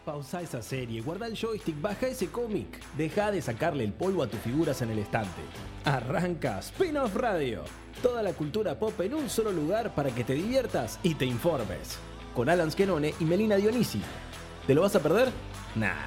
Pausa esa serie, guarda el joystick, baja ese cómic. Deja de sacarle el polvo a tus figuras en el estante. Arranca Spin-Off Radio. Toda la cultura pop en un solo lugar para que te diviertas y te informes. Con Alan Skenone y Melina Dionisi. ¿Te lo vas a perder? Nah.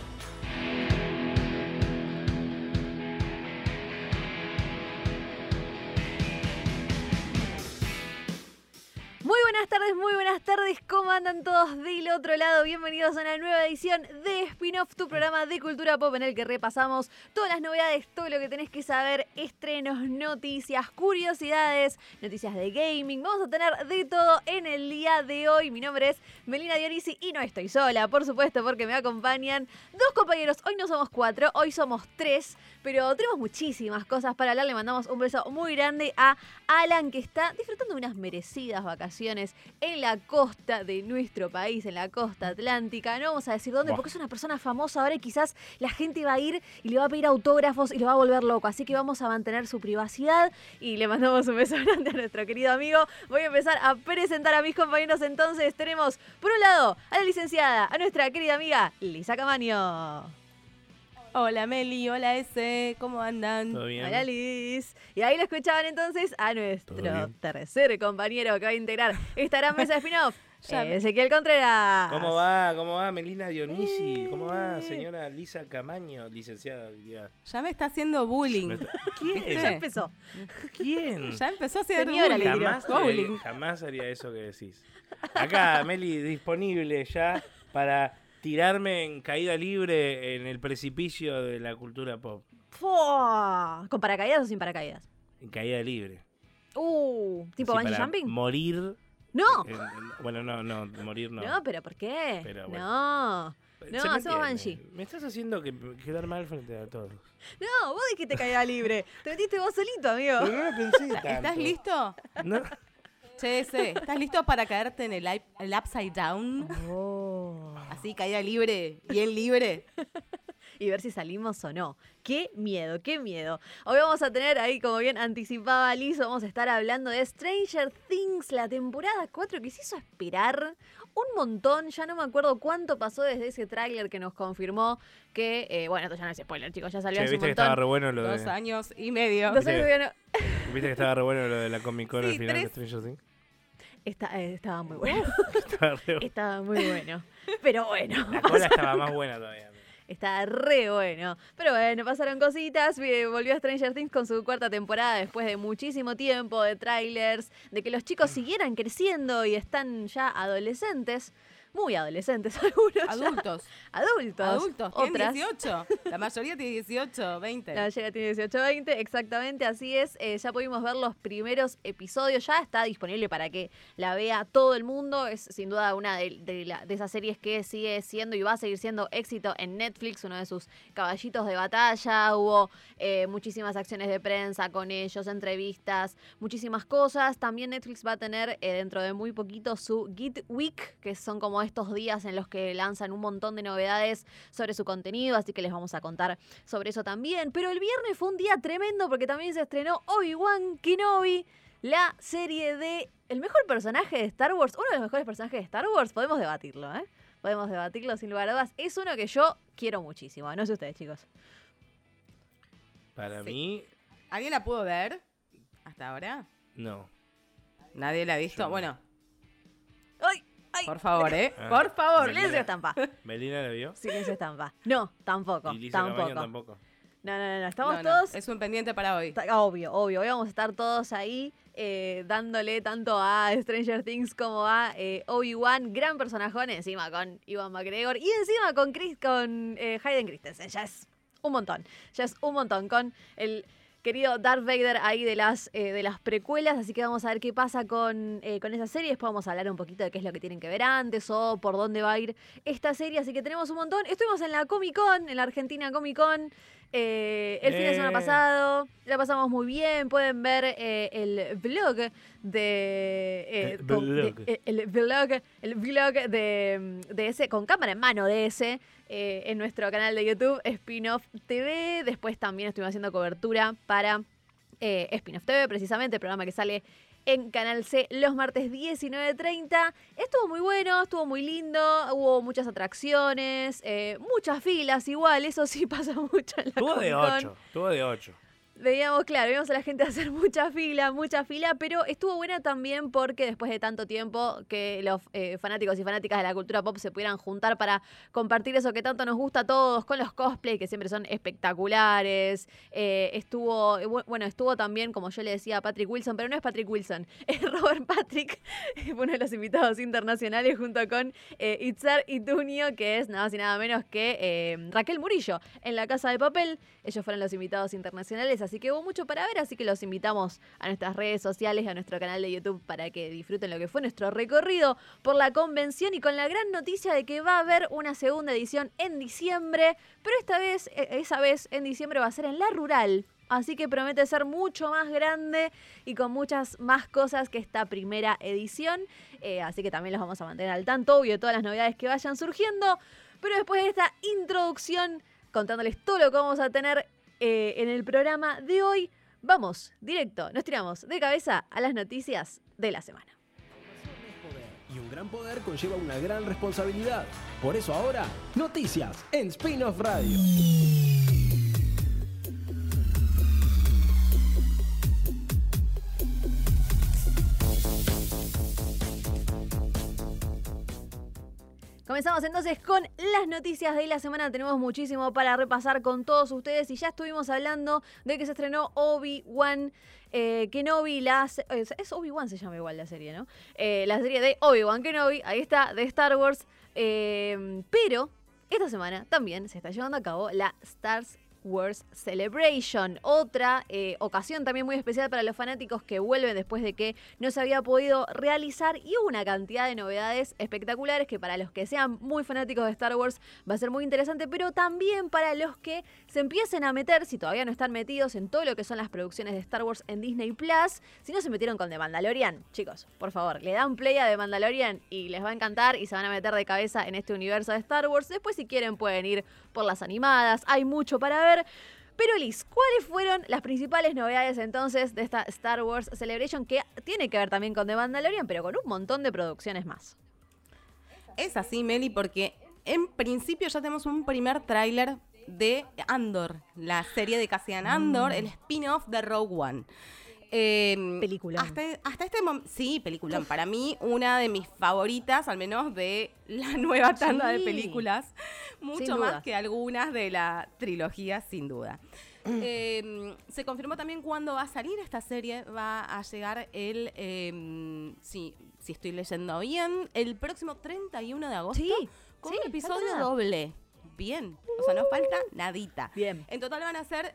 Muy buenas tardes, ¿cómo andan todos del otro lado? Bienvenidos a una nueva edición de Spin-Off, tu programa de cultura pop en el que repasamos todas las novedades, todo lo que tenés que saber, estrenos, noticias, curiosidades, noticias de gaming. Vamos a tener de todo en el día de hoy. Mi nombre es Melina Dionisi y no estoy sola, por supuesto, porque me acompañan dos compañeros. Hoy no somos 4, hoy somos 3, pero tenemos muchísimas cosas para hablar. Le mandamos un beso muy grande a Alan, que está disfrutando de unas merecidas vacaciones en la costa de nuestro país, en la costa atlántica. No vamos a decir dónde, porque es una persona famosa ahora y quizás la gente va a ir y le va a pedir autógrafos y lo va a volver loco. Así que vamos a mantener su privacidad y le mandamos un beso grande a nuestro querido amigo. Voy a empezar a presentar a mis compañeros entonces. Tenemos, por un lado, a la licenciada, a nuestra querida amiga Lisa Camaño. Hola Meli, hola S, ¿cómo andan? ¿Todo bien? Hola Liz. Y ahí lo escuchaban entonces a nuestro tercer compañero que va a integrar esta gran mesa de spin-off, Ezequiel Contreras. ¿Cómo va Melina Dionisi? ¿Cómo va señora Lisa Camaño, licenciada? Ya me está haciendo bullying. ¿Quién? Ya empezó. ¿Quién? Ya empezó a hacer Señora, bullying. Jamás haría eso que decís. Acá, Meli, disponible ya para tirarme en caída libre en el precipicio de la cultura pop. ¡Fua! ¿Con paracaídas o sin paracaídas? En caída libre. ¿Tipo Así bungee para jumping? morir. ¡No! Bueno, no, morir no. No, pero ¿por qué? Pero bueno. No, Se me hacemos entiende. bungee. Me estás haciendo quedar mal frente a todos. No, vos dijiste caída libre. Te metiste vos solito, amigo. Pero no lo pensé tanto. ¿Estás listo? No. Che, S, ¿estás listo para caerte en el upside down? Así, caída libre, bien libre. Y ver si salimos o no. ¡Qué miedo, qué miedo! Hoy vamos a tener ahí, como bien anticipaba Liz, vamos a estar hablando de Stranger Things, la temporada 4 que se hizo esperar un montón. Ya no me acuerdo cuánto pasó desde ese tráiler que nos confirmó que... bueno, esto ya no es spoiler, chicos, ya salió hace un ¿Viste que montón. estaba re bueno lo de... 2 años y medio. Dos años todavía no- ¿Viste que estaba re bueno lo de la Comic Con Sí, al final 3. de Stranger Things? Estaba muy bueno. Estaba re bueno. Estaba muy bueno. Pero bueno. La cola estaba más buena todavía. Está re bueno. Pero bueno, pasaron cositas. Volvió Stranger Things con su 4ª temporada después de muchísimo tiempo de trailers, de que los chicos siguieran creciendo y están ya adolescentes. Muy adolescentes algunos. Adultos. Adultos. Tienen Otras. 18. La mayoría tiene 18, 20. La mayoría tiene 18, 20, exactamente, así es. Ya pudimos ver los primeros episodios, ya está disponible para que la vea todo el mundo. Es sin duda una de esas series que sigue siendo y va a seguir siendo éxito en Netflix, uno de sus caballitos de batalla. Hubo muchísimas acciones de prensa con ellos, entrevistas, muchísimas cosas. También Netflix va a tener dentro de muy poquito su Geek Week, que son como estos días en los que lanzan un montón de novedades sobre su contenido, así que les vamos a contar sobre eso también. Pero el viernes fue un día tremendo porque también se estrenó Obi-Wan Kenobi, la serie de el mejor personaje de Star Wars, uno de los mejores personajes de Star Wars. Podemos debatirlo, ¿eh? Podemos debatirlo sin lugar a dudas. Es uno que yo quiero muchísimo. No sé ustedes, chicos. Para Sí. mí, ¿Alguien la pudo ver hasta ahora? no. ¿Nadie la ha visto? Yo no. Bueno, ¡Ay! ¡Ay! por favor, Ah. por favor. Silencio estampa. ¿Melina la vio? Silencio estampa. No, tampoco. Y Lisa Camaño Tampoco. tampoco. No. Estamos No, todos... es un pendiente para hoy. Obvio. Hoy vamos a estar todos ahí dándole tanto a Stranger Things como a Obi-Wan. Gran personajón, encima con Ewan McGregor y encima con Hayden Christensen. Ya es un montón. Con el querido Darth Vader ahí de las precuelas. Así que vamos a ver qué pasa con esa serie. Después vamos a hablar un poquito de qué es lo que tienen que ver antes o por dónde va a ir esta serie. Así que tenemos un montón. Estuvimos en la Comic Con, en la Argentina Comic Con. El fin de semana pasado la pasamos muy bien. Pueden ver el vlog el vlog de ese con cámara en mano de ese en nuestro canal de YouTube Spin-Off TV. Después también estuvimos haciendo cobertura para Spin-Off TV, precisamente el programa que sale en Canal C los martes 19:30. Estuvo muy bueno, estuvo muy lindo, hubo muchas atracciones, muchas filas igual, eso sí pasa mucho en la Estuvo de 8. Veíamos a la gente hacer mucha fila, pero estuvo buena también porque después de tanto tiempo que los fanáticos y fanáticas de la cultura pop se pudieran juntar para compartir eso que tanto nos gusta a todos, con los cosplays que siempre son espectaculares. Estuvo también, como yo le decía, a Patrick Wilson, pero no es Patrick Wilson, es Robert Patrick, uno de los invitados internacionales junto con Itziar Ituño, que es nada más y nada menos que Raquel Murillo en La Casa de Papel. Ellos fueron los invitados internacionales, así que hubo mucho para ver, así que los invitamos a nuestras redes sociales y a nuestro canal de YouTube para que disfruten lo que fue nuestro recorrido por la convención y con la gran noticia de que va a haber una segunda edición en diciembre, pero esa vez en diciembre va a ser en La Rural. Así que promete ser mucho más grande y con muchas más cosas que esta primera edición. Así que también los vamos a mantener al tanto, obvio, de todas las novedades que vayan surgiendo. Pero después de esta introducción, contándoles todo lo que vamos a tener en el programa de hoy, vamos directo, nos tiramos de cabeza a las noticias de la semana. Y un gran poder conlleva una gran responsabilidad. Por eso ahora, noticias en Spin-off Radio. Comenzamos entonces con las noticias de la semana. Tenemos muchísimo para repasar con todos ustedes y ya estuvimos hablando de que se estrenó Obi-Wan Kenobi. Es Obi-Wan se llama igual la serie, ¿no? La serie de Obi-Wan Kenobi, ahí está, de Star Wars. Pero esta semana también se está llevando a cabo la Star Wars Celebration, otra ocasión también muy especial para los fanáticos que vuelven después de que no se había podido realizar, y hubo una cantidad de novedades espectaculares que para los que sean muy fanáticos de Star Wars va a ser muy interesante, pero también para los que se empiecen a meter, si todavía no están metidos en todo lo que son las producciones de Star Wars en Disney Plus, si no se metieron con The Mandalorian, chicos, por favor, le dan play a The Mandalorian y les va a encantar y se van a meter de cabeza en este universo de Star Wars. Después, si quieren, pueden ir por las animadas, hay mucho para ver. Pero Liz, ¿cuáles fueron las principales novedades entonces de esta Star Wars Celebration, que tiene que ver también con The Mandalorian, pero con un montón de producciones más? Es así, Meli, porque en principio ya tenemos un primer tráiler de Andor, la serie de Cassian Andor, el spin-off de Rogue One. Película. Hasta este momento, sí, película. Para mí, una de mis favoritas, al menos de la nueva tanda de películas. Mucho más que algunas de la trilogía, sin duda. Se confirmó también cuándo va a salir esta serie. Va a llegar si estoy leyendo bien, el próximo 31 de agosto. Sí, con un episodio doble. Bien, o sea, no falta nadita. Bien. En total van a ser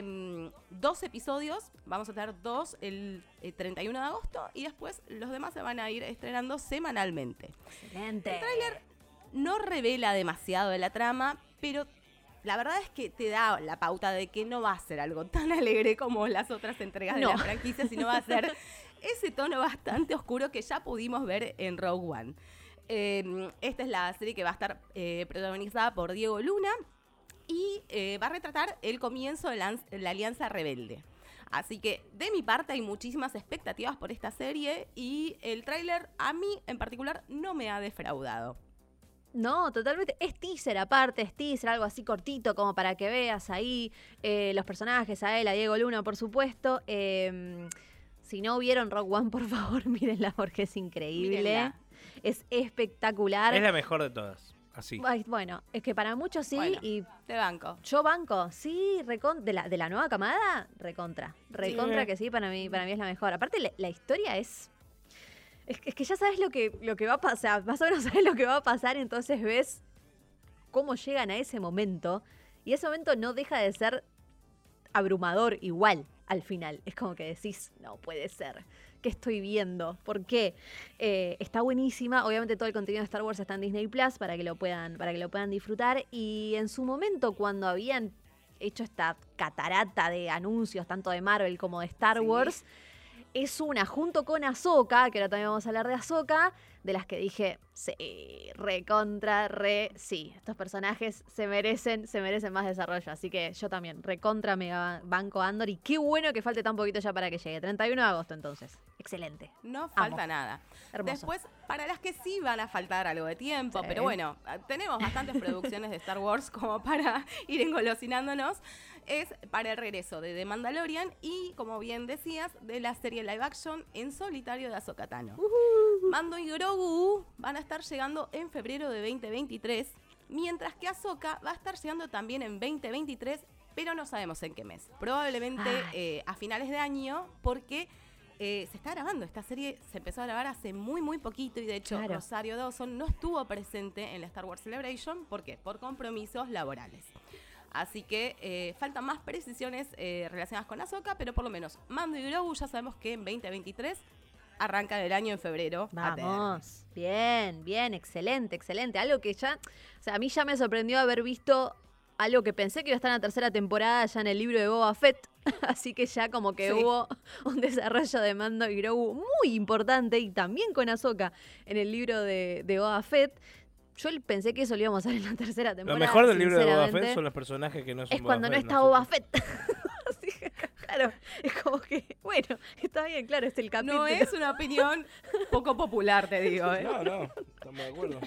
2 episodios, vamos a tener 2 el 31 de agosto y después los demás se van a ir estrenando semanalmente. Excelente. El tráiler no revela demasiado de la trama, pero la verdad es que te da la pauta de que no va a ser algo tan alegre como las otras entregas de la franquicia, sino va a ser ese tono bastante oscuro que ya pudimos ver en Rogue One. Esta es la serie que va a estar protagonizada por Diego Luna y va a retratar el comienzo de la Alianza Rebelde. Así que de mi parte hay muchísimas expectativas por esta serie y el tráiler a mí en particular no me ha defraudado. No, totalmente. Es teaser aparte, es teaser, algo así cortito como para que veas ahí los personajes, a él, a Diego Luna, por supuesto. Si no vieron Rogue One, por favor, mírenla porque es increíble. Mírenla. Es espectacular. Es la mejor de todas, así. Ay, bueno, es que para muchos sí. Bueno, y te banco. Yo banco, sí, de la nueva camada, recontra que sí, para mí es la mejor. Aparte, la historia es que ya sabes lo que va a pasar, más o menos sabes lo que va a pasar, entonces ves cómo llegan a ese momento, y ese momento no deja de ser abrumador igual al final. Es como que decís, no puede ser. ¿Qué estoy viendo? ¿Por qué? Está buenísima. Obviamente todo el contenido de Star Wars está en Disney Plus para que lo puedan disfrutar. Y en su momento, cuando habían hecho esta catarata de anuncios, tanto de Marvel como de Star Wars, es una, junto con Ahsoka, que ahora también vamos a hablar de Ahsoka, de las que dije, sí, sí, estos personajes se merecen más desarrollo. Así que yo también, recontra mega banco Andor, y qué bueno que falte tan poquito ya para que llegue. 31 de agosto entonces. excelente. No falta Amo. nada. Hermoso. Después, para las que sí van a faltar algo de tiempo, Sí. pero bueno, tenemos bastantes producciones de Star Wars como para ir engolosinándonos, es para el regreso de The Mandalorian y, como bien decías, de la serie live action en solitario de Ahsoka Tano. Mando y Grogu van a estar llegando en febrero de 2023, mientras que Ahsoka va a estar llegando también en 2023, pero no sabemos en qué mes. Probablemente a finales de año, porque se está grabando. Esta serie se empezó a grabar hace muy, muy poquito y de hecho Claro. Rosario Dawson no estuvo presente en la Star Wars Celebration. ¿Por qué? Por compromisos laborales. Así que faltan más precisiones relacionadas con Ahsoka, pero por lo menos Mando y Grogu ya sabemos que en 2023 arranca el año en febrero. Vamos. Bien, bien, excelente, excelente. Algo que ya, o sea, a mí ya me sorprendió haber visto algo que pensé que iba a estar en la tercera temporada ya en el libro de Boba Fett. Así que ya como que Sí. hubo un desarrollo de Mando y Grogu muy importante y también con Ahsoka en el libro de Boba Fett. Yo pensé que eso lo íbamos a ver en la tercera temporada. Lo mejor del libro de Boba sinceramente. Fett son los personajes que no son Es cuando no Fett, está sé. Boba Fett. Así que, claro, es como que, bueno, está bien, claro, es el capítulo. No es una opinión poco popular, te digo. No, no, estamos de acuerdo.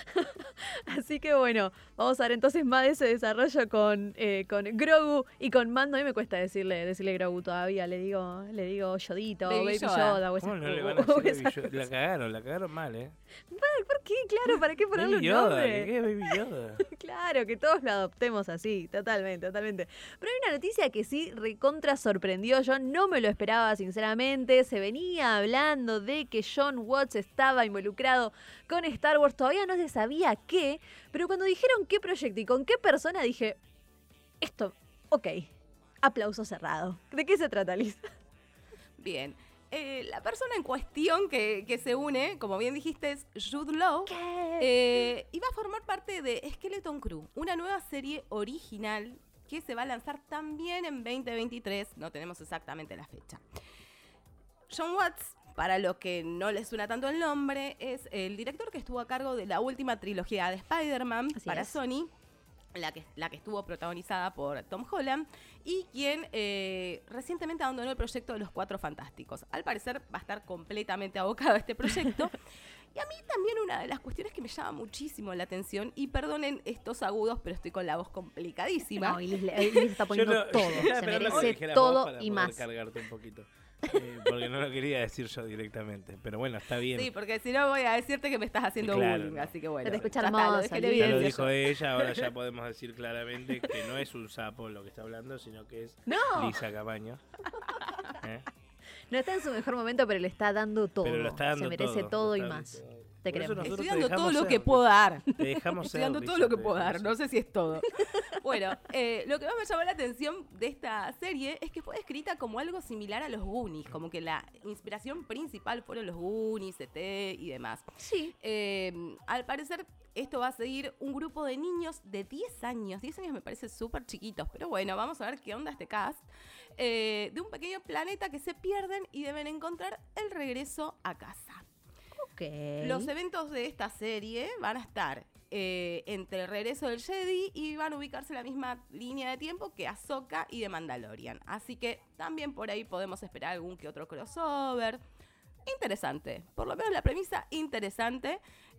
Así que bueno, vamos a ver entonces más de ese desarrollo con Grogu y con Mando. A mí me cuesta decirle Grogu todavía, le digo Yodito, Baby Baby Yoda. Yoda o esas, ¿Cómo no le van a o decir esas Baby Yoda? cosas. La cagaron mal, ¿eh? ¿Por qué? Claro, ¿para qué ponerle Baby un Yoda, nombre? ¿qué es Baby Yoda? Claro, que todos lo adoptemos así, totalmente, totalmente. Pero hay una noticia que sí recontra sorprendió, yo no me lo esperaba sinceramente, se venía hablando de que John Watts estaba involucrado con Star Wars, todavía no se sabía qué, pero cuando dijeron qué proyecto y con qué persona dije, esto, ok, aplauso cerrado. ¿De qué se trata, Liz? Bien. La persona en cuestión que se une, como bien dijiste, es Jude Law. Y va a formar parte de Skeleton Crew, una nueva serie original que se va a lanzar también en 2023. No tenemos exactamente la fecha. John Watts, para los que no les suena tanto el nombre, es el director que estuvo a cargo de la última trilogía de Spider-Man Así para es. Sony. La que estuvo protagonizada por Tom Holland y quien recientemente abandonó el proyecto de Los Cuatro Fantásticos. Al parecer va a estar completamente abocado a este proyecto. Y a mí también una de las cuestiones que me llama muchísimo la atención, y perdonen estos agudos, pero estoy con la voz complicadísima. No, y Liz está poniendo todo, se merece todo y más. Cargarte un poquito. Porque no lo quería decir yo directamente. Pero bueno, está bien. Sí, porque si no voy a decirte que me estás haciendo Claro, bullying, no. así que bueno. Te escucha ya está, hermosa, lo dejé en Liz. Ya lo evidencia dijo yo. ella, ahora ya podemos decir claramente que no es un sapo lo que está hablando, sino que es No. Lisa Cabaño. ¿Eh? No está en su mejor momento, pero le está dando todo. Pero lo está dando se merece todo, y lo está más. dando. Te Por eso queremos. nosotros Estoy te dando todo dejamos lo ser, que Lisa. puedo dar. Te dejamos Estoy ser, dando Lisa, todo lo que te puedo dejamos dar, ser. no sé si es todo. Bueno, lo que más me llamó la atención de esta serie es que fue escrita como algo similar a los Goonies, como que la inspiración principal fueron los Goonies, E.T. y demás. Sí. Al parecer, esto va a seguir un grupo de niños de 10 años. 10 años me parece súper chiquitos, pero bueno, vamos a ver qué onda este cast. De un pequeño planeta que se pierden y deben encontrar el regreso a casa. Ok. Los eventos de esta serie van a estar entre el regreso del Jedi y van a ubicarse en la misma línea de tiempo que Ahsoka y The Mandalorian. Así que también por ahí podemos esperar algún que otro crossover. Interesante. Por lo menos la premisa interesante.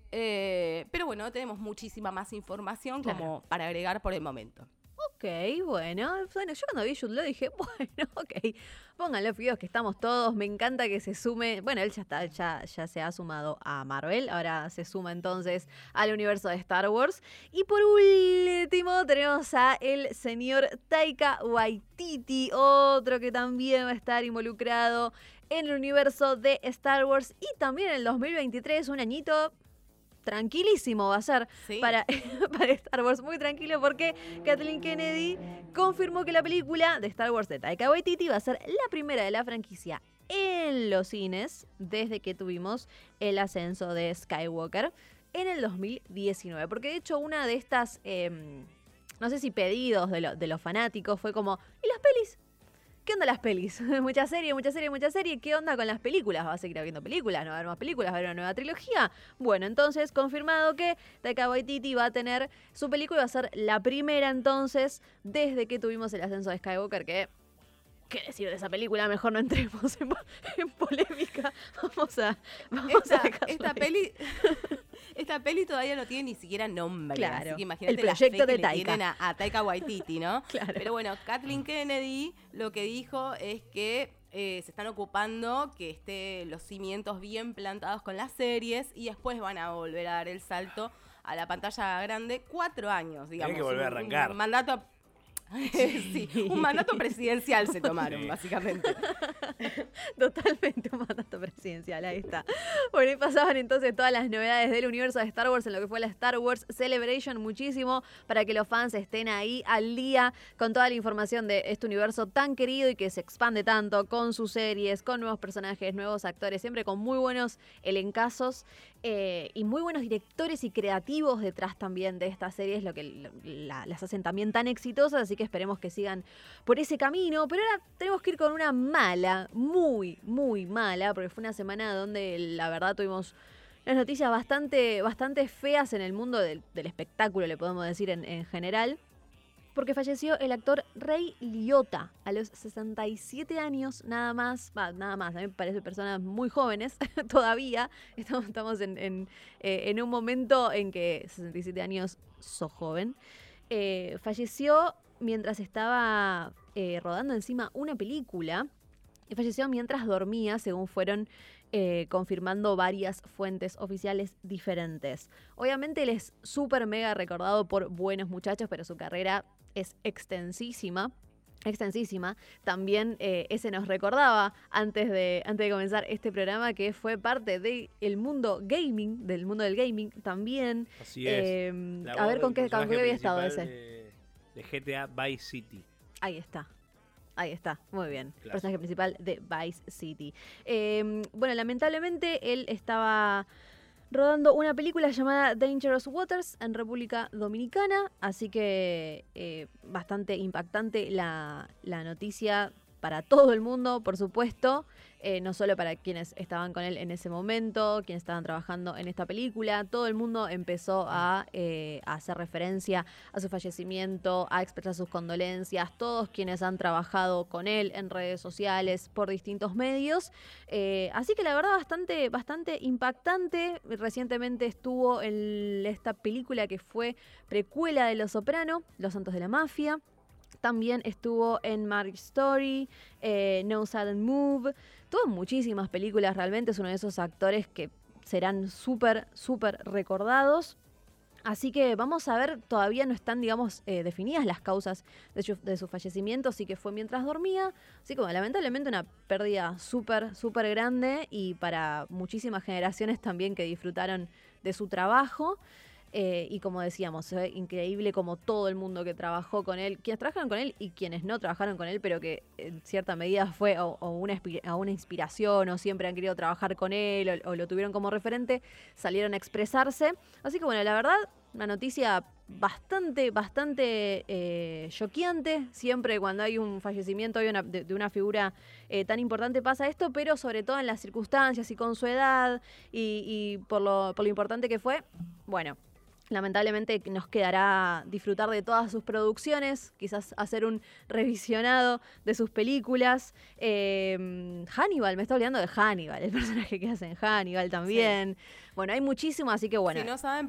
Pero bueno, no tenemos muchísima más información como para agregar por el momento. Ok, bueno, yo cuando vi Jude Law dije, bueno, ok, pongan los videos que estamos todos, me encanta que se sume, bueno, él ya se ha sumado a Marvel, ahora se suma entonces al universo de Star Wars. Y por último tenemos a el señor Taika Waititi, otro que también va a estar involucrado en el universo de Star Wars y también en el 2023, un añito tranquilísimo va a ser Sí. para Star Wars, muy tranquilo porque Kathleen Kennedy confirmó que la película de Star Wars de Taika Waititi va a ser la primera de la franquicia en los cines desde que tuvimos el ascenso de Skywalker en el 2019, porque de hecho una de estas, no sé si pedidos de los fanáticos fue como, ¿y las pelis? ¿Qué onda las pelis? Mucha serie. ¿Qué onda con las películas? ¿Va a seguir habiendo películas? ¿No va a haber más películas? ¿Va a haber una nueva trilogía? Bueno, entonces confirmado que Taika Waititi va a tener su película y va a ser la primera entonces desde que tuvimos el ascenso de Skywalker, que ¿Qué decir de esa película? Mejor no entremos en polémica. Vamos a Esta peli todavía no tiene ni siquiera nombre. Claro. Así que imagínate El proyecto la fe de que Taika. le tienen a Taika Waititi, ¿no? Claro. Pero bueno, Kathleen Kennedy lo que dijo es que se están ocupando que los cimientos bien plantados con las series y después van a volver a dar el salto a la pantalla grande 4 años, digamos. Hay que volver a arrancar. Un mandato... Sí, un mandato presidencial se tomaron, Sí. básicamente. Totalmente un mandato presidencial, ahí está. Bueno, y pasaban entonces todas las novedades del universo de Star Wars en lo que fue la Star Wars Celebration, muchísimo para que los fans estén ahí al día con toda la información de este universo tan querido y que se expande tanto con sus series, con nuevos personajes, nuevos actores, siempre con muy buenos elencazos y muy buenos directores y creativos detrás también de estas series, lo que las hacen también tan exitosas, así que esperemos que sigan por ese camino. Pero ahora tenemos que ir con una mala, muy, muy mala, porque fue una semana donde la verdad tuvimos unas noticias bastante feas en el mundo del espectáculo, le podemos decir en general. Porque falleció el actor Ray Liotta a los 67 años, nada más. Nada más, a mí me parece personas muy jóvenes todavía. Estamos en un momento en que 67 años sos joven. Falleció mientras estaba rodando encima una película. Y falleció mientras dormía, según fueron confirmando varias fuentes oficiales diferentes. Obviamente él es súper mega recordado por Buenos Muchachos, pero su carrera es extensísima. También ese nos recordaba antes de comenzar este programa que fue parte del mundo gaming, del mundo del gaming también. Así es. A ver con qué había estado ese. De GTA Vice City. Ahí está, muy bien. Claro. Personaje principal de Vice City. Bueno, lamentablemente él estaba rodando una película llamada Dangerous Waters en República Dominicana, así que bastante impactante la noticia para todo el mundo, por supuesto, no solo para quienes estaban con él en ese momento, quienes estaban trabajando en esta película. Todo el mundo empezó a hacer referencia a su fallecimiento, a expresar sus condolencias, todos quienes han trabajado con él en redes sociales, por distintos medios. Así que la verdad bastante impactante. Recientemente estuvo en esta película que fue precuela de Los Soprano, Los Santos de la Mafia. También estuvo en Marriage Story, No Sudden Move. Todas muchísimas películas, realmente es uno de esos actores que serán súper recordados. Así que vamos a ver, todavía no están, digamos, definidas las causas de su fallecimiento, así que fue mientras dormía. Así que bueno, lamentablemente una pérdida súper grande y para muchísimas generaciones también que disfrutaron de su trabajo. Y como decíamos, increíble como todo el mundo que trabajó con él, quienes trabajaron con él y quienes no trabajaron con él, pero que en cierta medida fue una inspiración o siempre han querido trabajar con él o lo tuvieron como referente, salieron a expresarse. Así que bueno, la verdad, una noticia bastante choqueante. Siempre cuando hay un fallecimiento de una figura tan importante pasa esto, pero sobre todo en las circunstancias y con su edad y por lo importante que fue, bueno, lamentablemente nos quedará disfrutar de todas sus producciones, quizás hacer un revisionado de sus películas. Hannibal, me está olvidando de Hannibal, el personaje que hace en Hannibal también. Sí. Bueno, hay muchísimo, así que bueno. Si no saben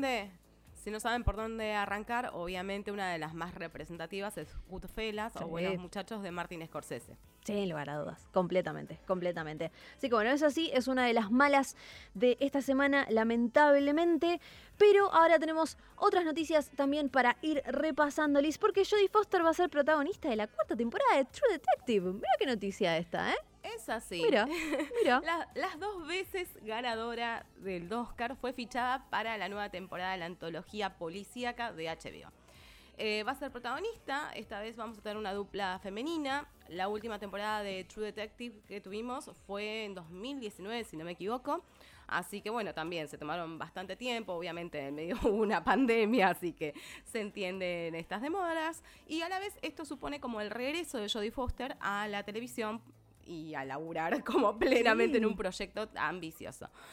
por dónde arrancar, obviamente una de las más representativas es Goodfellas o Buenos Muchachos de Martin Scorsese. Sin lugar a dudas, completamente. Así que bueno, eso sí, es una de las malas de esta semana, lamentablemente. Pero ahora tenemos otras noticias también para ir repasando, Liz, porque Jodie Foster va a ser protagonista de la 4ª temporada de True Detective. Mira qué noticia esta, ¿eh? Es así. Mira. Las 2 veces ganadora del Oscar fue fichada para la nueva temporada de la antología policíaca de HBO. Va a ser protagonista, esta vez vamos a tener una dupla femenina. La última temporada de True Detective que tuvimos fue en 2019, si no me equivoco. Así que bueno, también se tomaron bastante tiempo, obviamente en medio hubo una pandemia, así que se entienden estas demoras. Y a la vez esto supone como el regreso de Jodie Foster a la televisión y a laburar como plenamente en un proyecto ambicioso.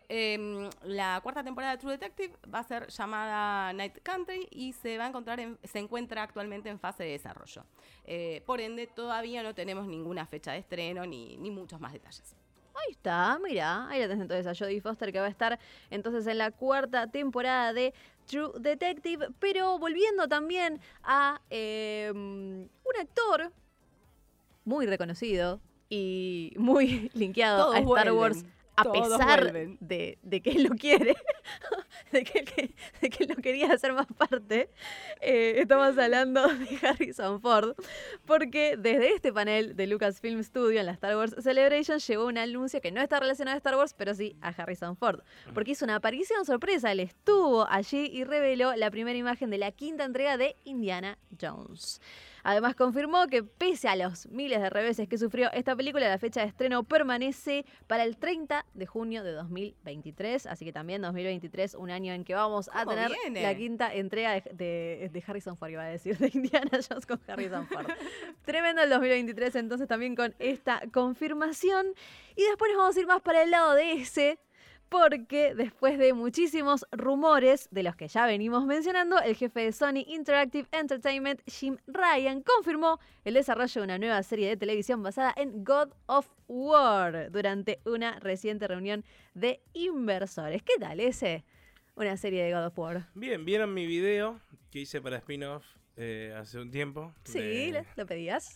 La cuarta temporada de True Detective va a ser llamada Night Country y se encuentra actualmente en fase de desarrollo. Por ende, todavía no tenemos ninguna fecha de estreno ni muchos más detalles. Ahí está, mira, ahí la tenés entonces a Jodie Foster, que va a estar entonces en la cuarta temporada de True Detective, pero volviendo también a un actor muy reconocido y muy linkeado Todos a Star vuelven, Wars, a todos pesar vuelven. de que él lo quiere, de que él no quería hacer más parte. Estamos hablando de Harrison Ford, porque desde este panel de Lucasfilm Studio en la Star Wars Celebration llegó un anuncio que no está relacionado a Star Wars, pero sí a Harrison Ford, porque hizo una aparición sorpresa. Él estuvo allí y reveló la primera imagen de la quinta entrega de Indiana Jones. Además confirmó que pese a los miles de reveses que sufrió esta película, la fecha de estreno permanece para el 30 de junio de 2023. Así que también 2023, un año en que vamos a tener la quinta entrega de Harrison Ford, iba a decir, de Indiana Jones con Harrison Ford. Tremendo el 2023 entonces también con esta confirmación. Y después nos vamos a ir más para el lado de ese, porque después de muchísimos rumores de los que ya venimos mencionando, el jefe de Sony Interactive Entertainment, Jim Ryan, confirmó el desarrollo de una nueva serie de televisión basada en God of War durante una reciente reunión de inversores. ¿Qué tal ese? Una serie de God of War. Bien, ¿vieron mi video que hice para spin-off hace un tiempo? Sí, ¿lo pedías?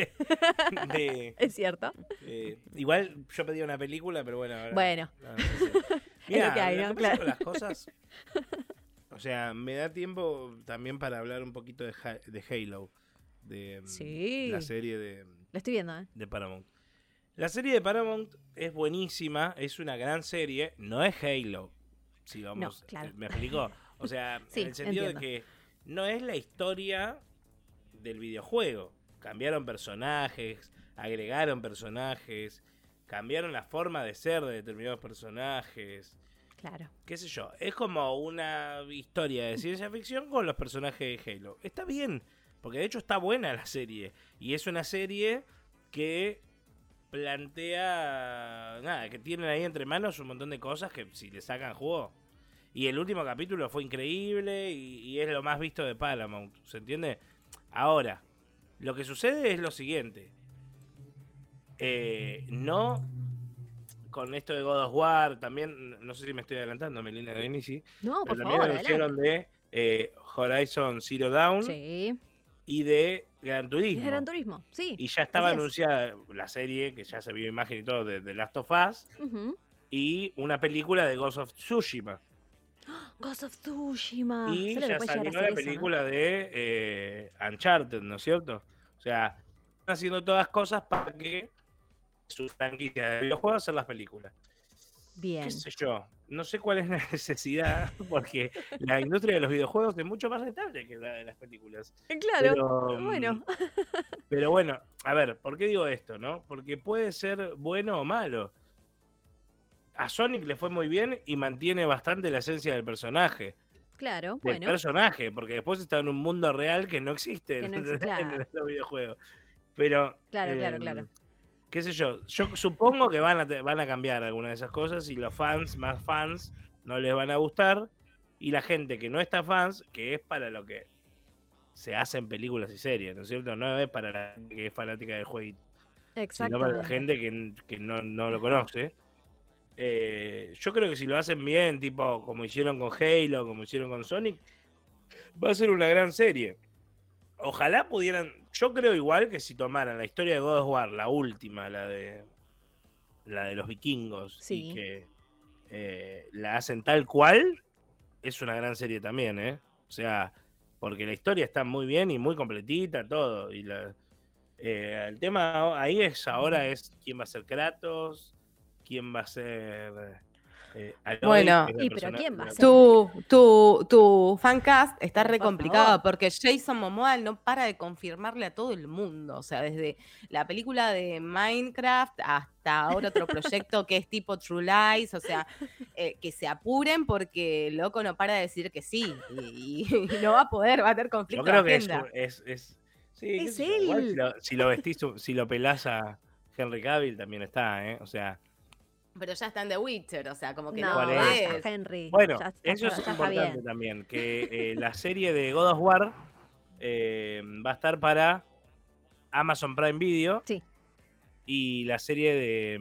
De es cierto. Igual yo pedí una película, pero bueno. Ahora, Bueno. no sé si... Mirá, es lo que hay, ¿no? Claro. Con las cosas, o sea, me da tiempo también para hablar un poquito de Halo, de sí. la serie de... Lo estoy viendo, de Paramount. La serie de Paramount es buenísima, es una gran serie, no es Halo. Si vamos, no, claro. ¿Me explico? O sea, sí, en el sentido entiendo. de que no es la historia del videojuego. Cambiaron personajes, agregaron personajes, cambiaron la forma de ser de determinados personajes. Claro. Qué sé yo, es como una historia de ciencia ficción con los personajes de Halo. Está bien, porque de hecho está buena la serie. Y es una serie que plantea, nada, que tienen ahí entre manos un montón de cosas que si le sacan jugo. Y el último capítulo fue increíble y es lo más visto de Paramount, ¿se entiende? Ahora, lo que sucede es lo siguiente. No con esto de God of War, también, no sé si me estoy adelantando, Melina de Inici. No, por pero favor, también anunciaron de Horizon Zero Dawn sí. y de Gran Turismo. De Gran Turismo, sí. Y ya estaba anunciada la serie, que ya se vio imagen y todo, de The Last of Us, y una película de Ghost of Tsushima. Ghost of Tsushima. Y ya salió la película, ¿no? De Uncharted, ¿no es cierto? O sea, están haciendo todas cosas para que su franquicia de videojuegos hacer las películas. Bien. ¿Qué sé yo? No sé cuál es la necesidad, porque la industria de los videojuegos es mucho más rentable que la de las películas. Claro, pero, bueno. Pero bueno, a ver, ¿por qué digo esto, no? Porque puede ser bueno o malo. A Sonic le fue muy bien y mantiene bastante la esencia del personaje. Claro, del personaje, porque después está en un mundo real que no existe, que no en claro. los videojuegos. Pero, claro. Qué sé yo supongo que van a cambiar algunas de esas cosas y los fans, más fans, no les van a gustar. Y la gente que no está fans, que es para lo que se hacen películas y series, ¿no es cierto? No es para la gente que es fanática del jueguito, sino para la gente que no lo conoce. Yo creo que si lo hacen bien, tipo como hicieron con Halo, como hicieron con Sonic, va a ser una gran serie. Ojalá pudieran. Yo creo igual que si tomaran la historia de God of War, la última, la de los vikingos, sí. Y que la hacen tal cual, es una gran serie también, ¿eh? O sea, porque la historia está muy bien y muy completita, todo. Y el tema ahí ahora es quién va a ser Kratos, quién va a ser Aloy, bueno, pero ¿quién va a ser? Tu fancast está re complicado porque Jason Momoa no para de confirmarle a todo el mundo. O sea, desde la película de Minecraft hasta ahora otro proyecto que es tipo True Lies. O sea, que se apuren porque el loco no para de decir que sí. Y no va a poder, va a tener conflicto. Yo creo de que agenda. Es él. Igual si lo vestís, si lo pelás a Henry Cavill también está, ¿eh? O sea, Pero ya está en The Witcher, o sea, como que No, no Por podés. basta, Henry. Bueno, Ya eso es está importante bien. también, que la serie de God of War va a estar para Amazon Prime Video Sí. y la serie de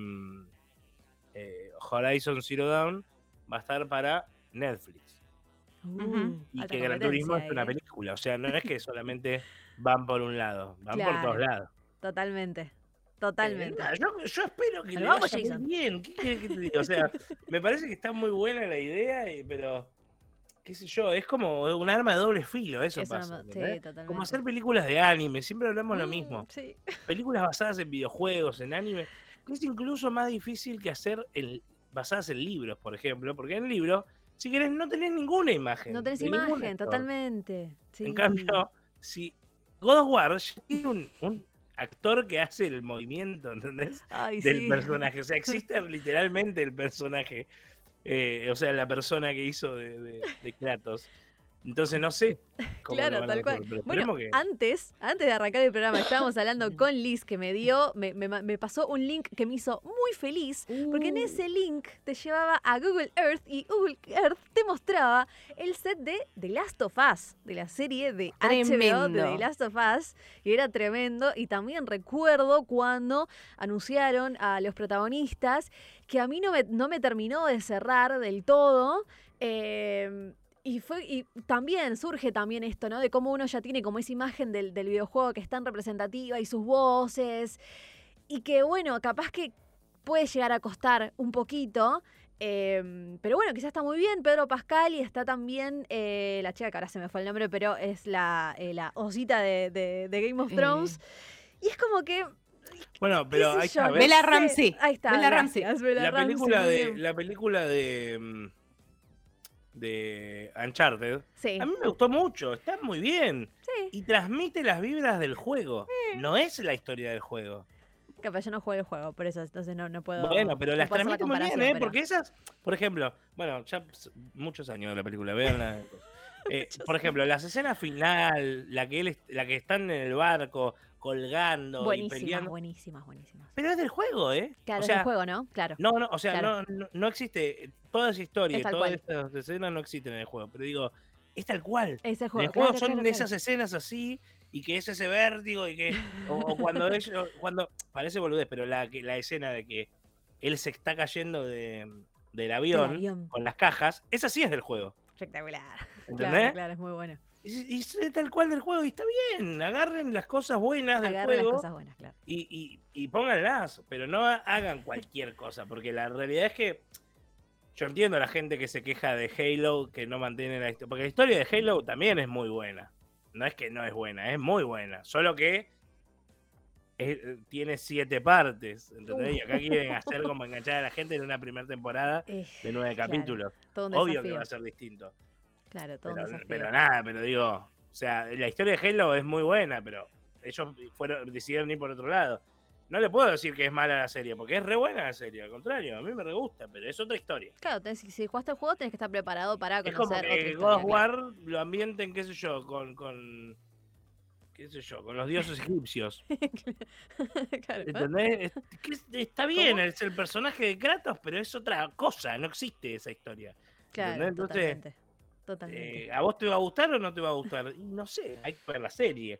Horizon Zero Dawn va a estar para Netflix. Y Alta que Gran Turismo competencia es una ahí, ¿eh? película, o sea, no es que solamente van por un lado, van por Claro. todos lados. Totalmente. Totalmente. Nada, yo espero que Pero le vamos, vaya muy Jason. bien. ¿Qué querés que te diga? O sea, me parece que está muy buena la idea, pero qué sé yo, es como un arma de doble filo, eso Es una pasa. sí, ¿entendés? totalmente. Como hacer películas de anime, siempre hablamos lo mismo. Sí. Películas basadas en videojuegos, en anime, que es incluso más difícil que hacer basadas en libros, por ejemplo, porque en libros, si querés, no tenés ninguna imagen. No tenés de ningún imagen, actor. totalmente. Sí. En cambio, si God of War ya tiene un actor que hace el movimiento, ¿entendés? Ay, Del sí. personaje. O sea, existe literalmente el personaje. O sea, la persona que hizo de Kratos. Entonces no sé cómo lo Claro, van a tal cual. hacer, pero Bueno, esperemos que. antes de arrancar el programa, estábamos hablando con Liz, que me pasó un link que me hizo muy feliz, porque en ese link te llevaba a Google Earth y Google Earth te mostraba el set de The Last of Us, de la serie de HBO de Tremendo. The Last of Us, y era tremendo. Y también recuerdo cuando anunciaron a los protagonistas, que a mí no me terminó de cerrar del todo. Y también surge también esto, ¿no? De cómo uno ya tiene como esa imagen del videojuego que es tan representativa y sus voces. Y que, bueno, capaz que puede llegar a costar un poquito. Pero bueno, quizás está muy bien Pedro Pascal y está también la chica que ahora se me fue el nombre, pero es la osita de Game of Thrones. Y es como que... Bueno, pero ahí está. No ¿ves? Bella sé. Ramsey. Ahí está. Bella gracias, Bella La Ramsey, película muy de. bien. La película de Uncharted. Sí. A mí me gustó mucho, está muy bien. Sí. Y transmite las vibras del juego. No es la historia del juego. Capaz yo no juego el juego, por eso entonces no puedo. Bueno, pero no las puedo hacer la transmite muy bien, comparación, pero- Porque esas, por ejemplo, bueno, ya muchos años de la película, veanla. Por ejemplo, las escenas final, la que están en el barco colgando y Buenísimas, peleando. buenísimas. Pero es del juego, ¿eh? Claro, O es sea, el juego, ¿no? Claro. no, o sea, Claro. no existe, toda esa historia Es y tal todas cual. esas escenas no existen en el juego, pero digo, es tal cual. Es el En juego. el juego claro, son claro, esas escenas así y que es ese vértigo y que o cuando cuando parece boludez, pero la escena de que él se está cayendo del avión con las cajas, esa sí es del juego. Espectacular. ¿Entendés? Claro, es muy bueno. Y es tal cual del juego y está bien. Agarren las cosas buenas del Agarre las juego cosas buenas, claro. y pónganlas, pero no hagan cualquier cosa, porque la realidad es que yo entiendo a la gente que se queja de Halo, que no mantiene la historia, porque la historia de Halo también es muy buena. No es que no es buena, es muy buena, solo que tiene 7 partes, ¿entendés? Y acá quieren hacer como enganchar a la gente en una primera temporada de 9 Claro, capítulos. todo un Obvio desafío. que va a ser distinto. Claro, todo un desafío. Pero nada, pero digo, o sea, la historia de Halo es muy buena, pero ellos decidieron ir por otro lado. No le puedo decir que es mala la serie, porque es re buena la serie, al contrario, a mí me re gusta, pero es otra historia. Claro, si jugaste el juego tenés que estar preparado para Es conocer como otra que historia. God of claro. War lo ambienten, qué sé yo, qué sé yo, con los dioses egipcios. Claro, ¿no? ¿Entendés? Está bien, es el personaje de Kratos, pero es otra cosa, no existe esa historia. Claro, ¿Entendés? Entonces, totalmente. ¿a vos te va a gustar o no te va a gustar? Y no sé, hay que ver la serie.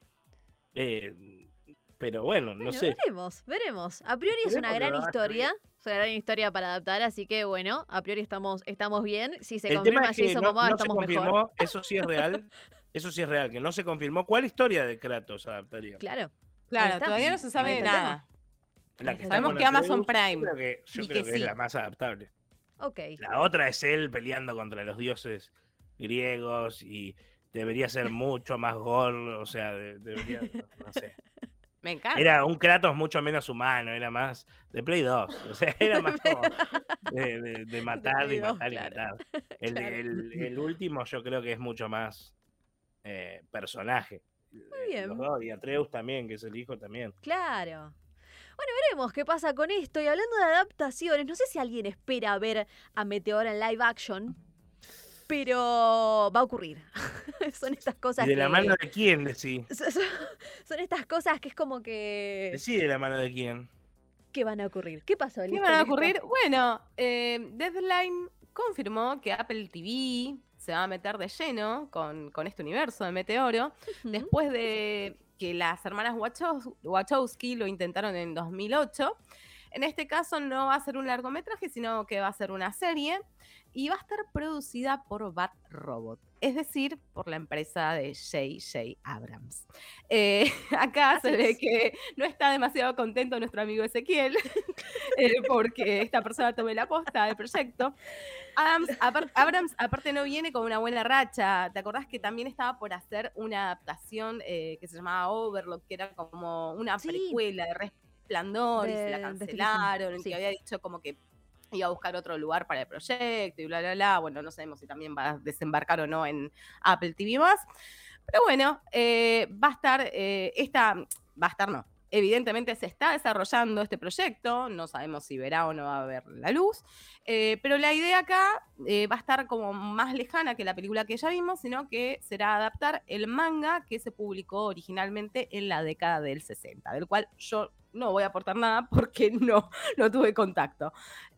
Pero bueno, no Bueno, sé. veremos. A priori es una Esperemos que gran lo haga historia. bien. Es una gran historia para adaptar, así que bueno, a priori estamos bien. Si se El confirma tema es que Jason no Momoa, se estamos confirmó, mejor. eso sí es real, que no se confirmó cuál historia de Kratos adaptaría. Claro. Ahí Claro, está. todavía no se sabe Ahí de está el nada. La que está Sabemos con que Amazon Atreus, Prime. Yo Y creo que que es sí. la más adaptable. Ok. La otra es él peleando contra los dioses griegos y debería ser mucho más gore, o sea, debería, no sé. Me encanta. Era un Kratos mucho menos humano, era más de Play 2, o sea, era más como de matar Play y 2, matar y claro. matar. El último yo creo que es mucho más personaje. bien. Los dos, y Atreus también, que es el hijo también. Claro. Bueno, veremos qué pasa con esto. Y hablando de adaptaciones, no sé si alguien espera ver a Meteora en live action, pero va a ocurrir. Son estas cosas ¿Y de la que... mano de quién, decí? Son estas cosas que es como que... Decí de la mano de quién. ¿Qué van a ocurrir? ¿Qué pasó? ¿Qué van a ocurrir? Bueno, Deadline confirmó que Apple TV se va a meter de lleno con este universo de Meteoro, después de que las hermanas Wachowski lo intentaron en 2008. En este caso no va a ser un largometraje, sino que va a ser una serie y va a estar producida por Bad Robot, es decir, por la empresa de J.J. Abrams. Acá se ve que no está demasiado contento nuestro amigo Ezequiel porque esta persona tome la posta del proyecto. Abrams, aparte, no viene con una buena racha. ¿Te acordás que también estaba por hacer una adaptación que se llamaba Overlord, que era como una precuela de Resplandor y se la cancelaron, sí. que había dicho como que iba a buscar otro lugar para el proyecto y bla, bla, bla. Bueno, no sabemos si también va a desembarcar o no en Apple TV+. Pero bueno, va a estar, no. Evidentemente se está desarrollando este proyecto, no sabemos si verá o no va a ver la luz, pero la idea acá va a estar como más lejana que la película que ya vimos, sino que será adaptar el manga que se publicó originalmente en la década del 60, del cual yo no voy a aportar nada porque no tuve contacto.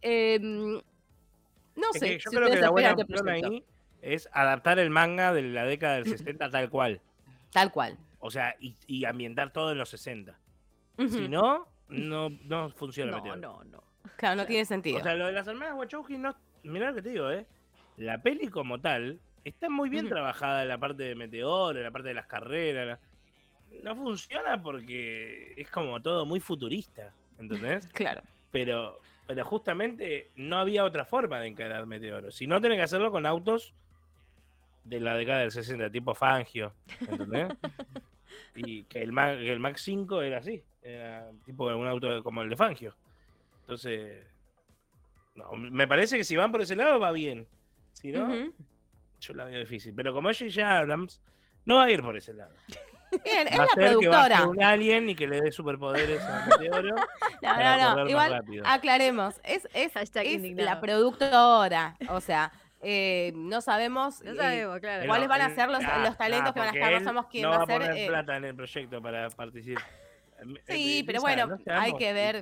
No sé. Yo creo que la buena opción ahí es adaptar el manga de la década del 60 tal cual. Tal cual. O sea, y ambientar todo en los 60. Si no, no funciona. No. Claro, no tiene sentido. O sea, lo de las hermanas Wachowski, mirá lo que te digo, la peli como tal está muy bien trabajada en la parte de Meteor, en la parte de las carreras. No funciona porque es como todo muy futurista, ¿entendés? Claro. Pero justamente no había otra forma de encarar Meteoro. Si no, tenés que hacerlo con autos de la década del 60, tipo Fangio, ¿entendés? Y que el Mac 5 era así, era tipo un auto como el de Fangio. Entonces, no, me parece que si van por ese lado va bien. Si no, yo la veo difícil. Pero como J.J. Abrams no va a ir por ese lado. Bien, es va la a ser productora. Que va a ser un alien y que le dé superpoderes a Meteoro. No. Igual aclaremos. Es la productora. O sea, no sabemos claro. cuáles van a ser los talentos que van a estar. No sabemos quién va a ser. No va a poner plata en el proyecto para participar. Sí, pero bueno, hay que ver.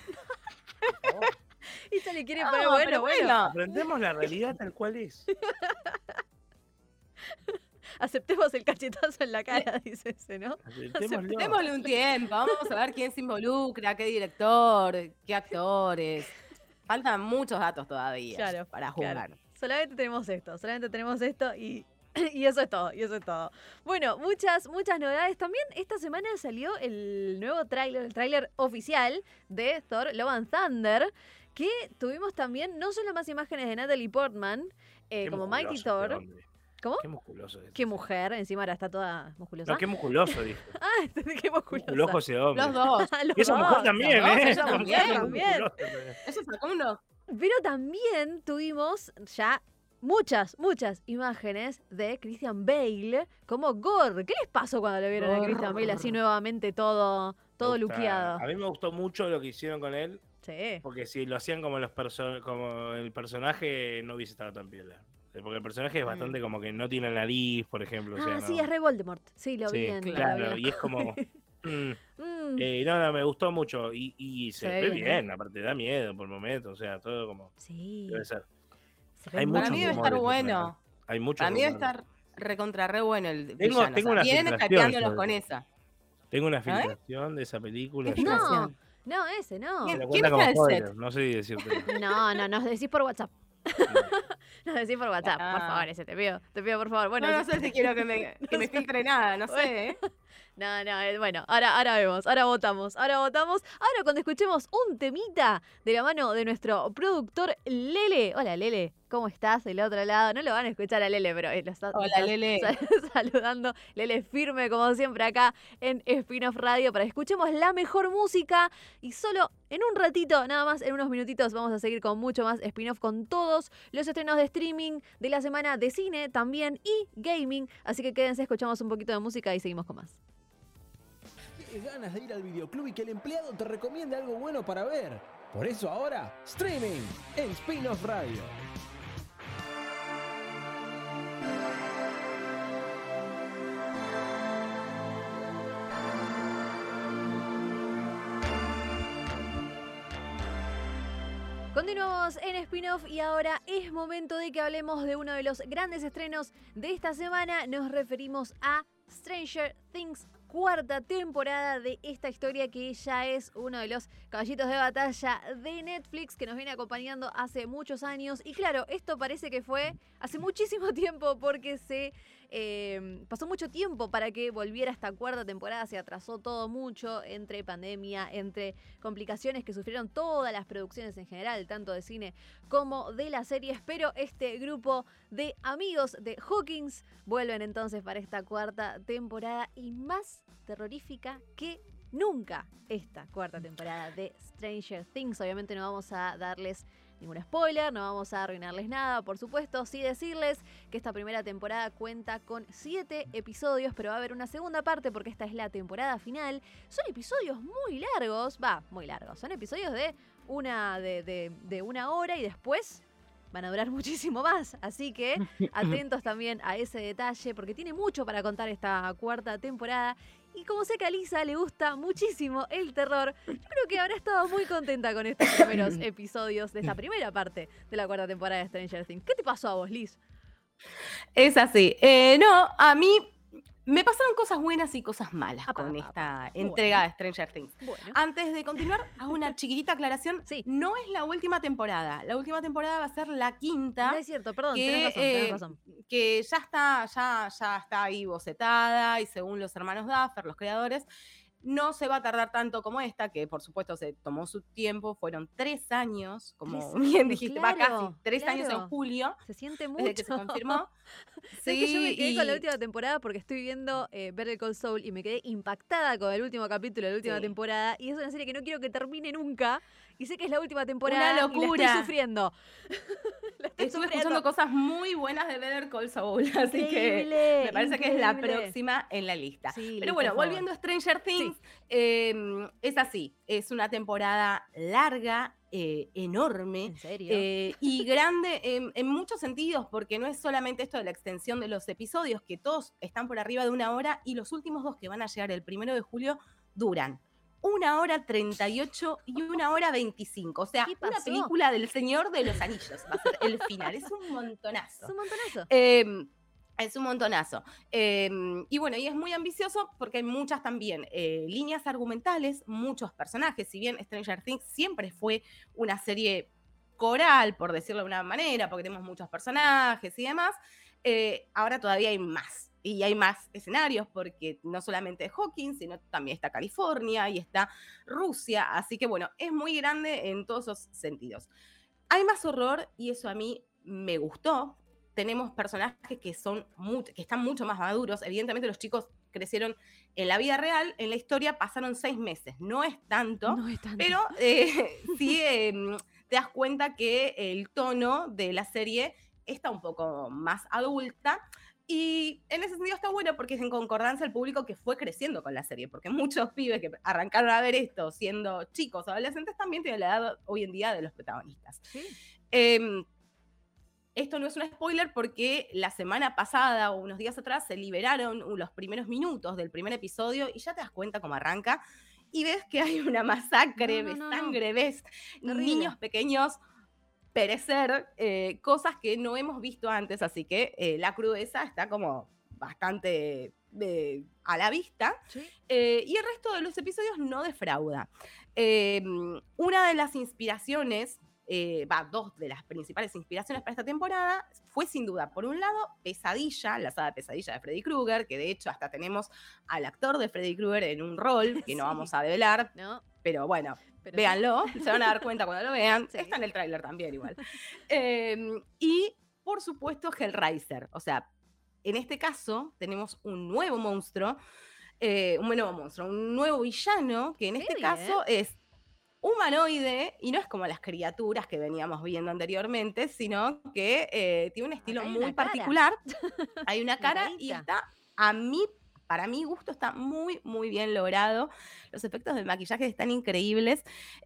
Y se le quiere poner bueno. Aprendemos la realidad tal cual es. Aceptemos el cachetazo en la cara, dice ese, ¿no? Démosle un tiempo, vamos a ver quién se involucra, qué director, qué actores. Faltan muchos datos todavía para jugar. Claro. Solamente tenemos esto y eso es todo, Bueno, muchas novedades. También esta semana salió el nuevo tráiler, el tráiler oficial de Thor Love and Thunder, que tuvimos también no solo más imágenes de Natalie Portman como Mighty Thor. ¿Cómo? Qué musculoso es. Qué mujer, encima ahora está toda musculosa. No, qué musculoso, dije. Qué musculosa. Musculoso ese hombre. Los dos. Y esa mujer también, Esa mujer también. Eso sacó uno. Pero también tuvimos ya muchas imágenes de Christian Bale como Gore. ¿Qué les pasó cuando le vieron a Christian Bale así nuevamente todo luqueado? A mí me gustó mucho lo que hicieron con él. Sí. Porque si lo hacían como como el personaje, no hubiese estado tan piola. Porque el personaje es bastante como que no tiene nariz, por ejemplo. O sea, sí, no. es re Voldemort. Sí, lo vi en... Claro, y es como... no, me gustó mucho. Y se ve bien, aparte da miedo por momentos. O sea, todo como... Sí. Debe ser. Para mí debe estar bueno. Hay mucho. Para mí debe estar recontra re bueno el villano. Tengo una vienen escapeándolos con esa. Tengo una filtración de esa película. No, ese no. ¿Quién está el set? No sé decirte. No, nos decís por WhatsApp. Nos decís por WhatsApp, por favor, ese te pido por favor. Bueno, no sé si quiero que me filtre nada, no sé. No, bueno, ahora vemos, ahora votamos. Ahora cuando escuchemos un temita de la mano de nuestro productor Lele. Hola Lele, ¿cómo estás del otro lado? No lo van a escuchar a Lele, pero lo está Lele. saludando. Lele firme como siempre acá en Spin-Off Radio para que escuchemos la mejor música y solo en un ratito, nada más, en unos minutitos vamos a seguir con mucho más Spin-Off con todos los estrenos de streaming de la semana de cine también y gaming. Así que quédense, escuchamos un poquito de música y seguimos con más. ¿Tienes ganas de ir al videoclub y que el empleado te recomiende algo bueno para ver? Por eso ahora, streaming en Spin-Off Radio. Continuamos en Spin-Off y ahora es momento de que hablemos de uno de los grandes estrenos de esta semana. Nos referimos a Stranger Things, cuarta temporada de esta historia que ya es uno de los caballitos de batalla de Netflix, que nos viene acompañando hace muchos años. Y claro, esto parece que fue hace muchísimo tiempo porque se pasó mucho tiempo para que volviera esta cuarta temporada. Se atrasó todo mucho entre pandemia, entre complicaciones que sufrieron todas las producciones en general, tanto de cine como de las series. Pero este grupo de amigos de Hawkins vuelven entonces para esta cuarta temporada y más terrorífica que nunca esta cuarta temporada de Stranger Things. Obviamente no vamos a darles ningún spoiler, no vamos a arruinarles nada, por supuesto. Sí decirles que esta primera temporada cuenta con 7 episodios, pero va a haber una segunda parte porque esta es la temporada final. Son episodios muy largos, son episodios de una hora y después van a durar muchísimo más, así que atentos también a ese detalle porque tiene mucho para contar esta cuarta temporada. Y como sé que a Lisa le gusta muchísimo el terror, yo creo que habrá estado muy contenta con estos primeros episodios de esta primera parte de la cuarta temporada de Stranger Things. ¿Qué te pasó a vos, Liz? Es así. No, a mí me pasaron cosas buenas y cosas malas con esta entrega de Stranger Things. Bueno. Antes de continuar, hago una chiquitita aclaración. Sí. No es la última temporada. La última temporada va a ser la quinta. No es cierto, perdón, tenés razón. Que ya está ahí bocetada y según los hermanos Duffer, los creadores, no se va a tardar tanto como esta, que por supuesto se tomó su tiempo. Fueron 3 años, como bien dijiste, claro, va casi 3 años en julio. Se siente mucho. Desde que se confirmó. Sí, que yo me quedé con la última temporada porque estoy viendo Better Call Saul y me quedé impactada con el último capítulo de la última temporada. Y es una serie que no quiero que termine nunca. Y sé que es la última temporada. Una locura. Y la estoy sufriendo. Estuve escuchando cosas muy buenas de Better Call Saul, así que me parece que es la próxima en la lista. Sí, pero bueno, volviendo a Stranger Things, es así, es una temporada larga, enorme. ¿En serio? Y grande en muchos sentidos, porque no es solamente esto de la extensión de los episodios, que todos están por arriba de 1 hora, y los últimos 2 que van a llegar el 1 de julio duran 1 hora 38 y 1 hora 25. O sea, una película del Señor de los Anillos va a ser el final. Es un montonazo. Es un montonazo. Es un montonazo. Y bueno, y es muy ambicioso porque hay muchas también líneas argumentales, muchos personajes. Si bien Stranger Things siempre fue una serie coral, por decirlo de una manera, porque tenemos muchos personajes y demás, ahora todavía hay más. Y hay más escenarios porque no solamente es Hawkins, sino también está California y está Rusia. Así que bueno, es muy grande en todos esos sentidos. Hay más horror y eso a mí me gustó. Tenemos personajes que están mucho más maduros. Evidentemente los chicos crecieron en la vida real. En la historia pasaron 6 meses. No es tanto, pero sí te das cuenta que el tono de la serie está un poco más adulta. Y en ese sentido está bueno porque es en concordancia al público que fue creciendo con la serie, porque muchos pibes que arrancaron a ver esto siendo chicos o adolescentes también tienen la edad hoy en día de los protagonistas. Sí. Esto no es un spoiler porque la semana pasada o unos días atrás se liberaron los primeros minutos del primer episodio y ya te das cuenta cómo arranca y ves que hay una masacre, ves sangre, ves niños pequeños perecer, cosas que no hemos visto antes, así que la crudeza está como bastante a la vista. ¿Sí? Y el resto de los episodios no defrauda. Una de las inspiraciones, 2 de las principales inspiraciones para esta temporada fue sin duda, por un lado, Pesadilla, la saga Pesadilla de Freddy Krueger, que de hecho hasta tenemos al actor de Freddy Krueger en un rol que no vamos a develar, pero bueno, véanlo, se van a dar cuenta cuando lo vean. Está en el tráiler también igual. Y, por supuesto, Hellraiser. O sea, en este caso tenemos un nuevo monstruo, un nuevo villano, que en este caso es humanoide, y no es como las criaturas que veníamos viendo anteriormente, sino que tiene un estilo muy particular. Hay una cara y está, para mi gusto, está muy, muy bien logrado. Los efectos del maquillaje están increíbles.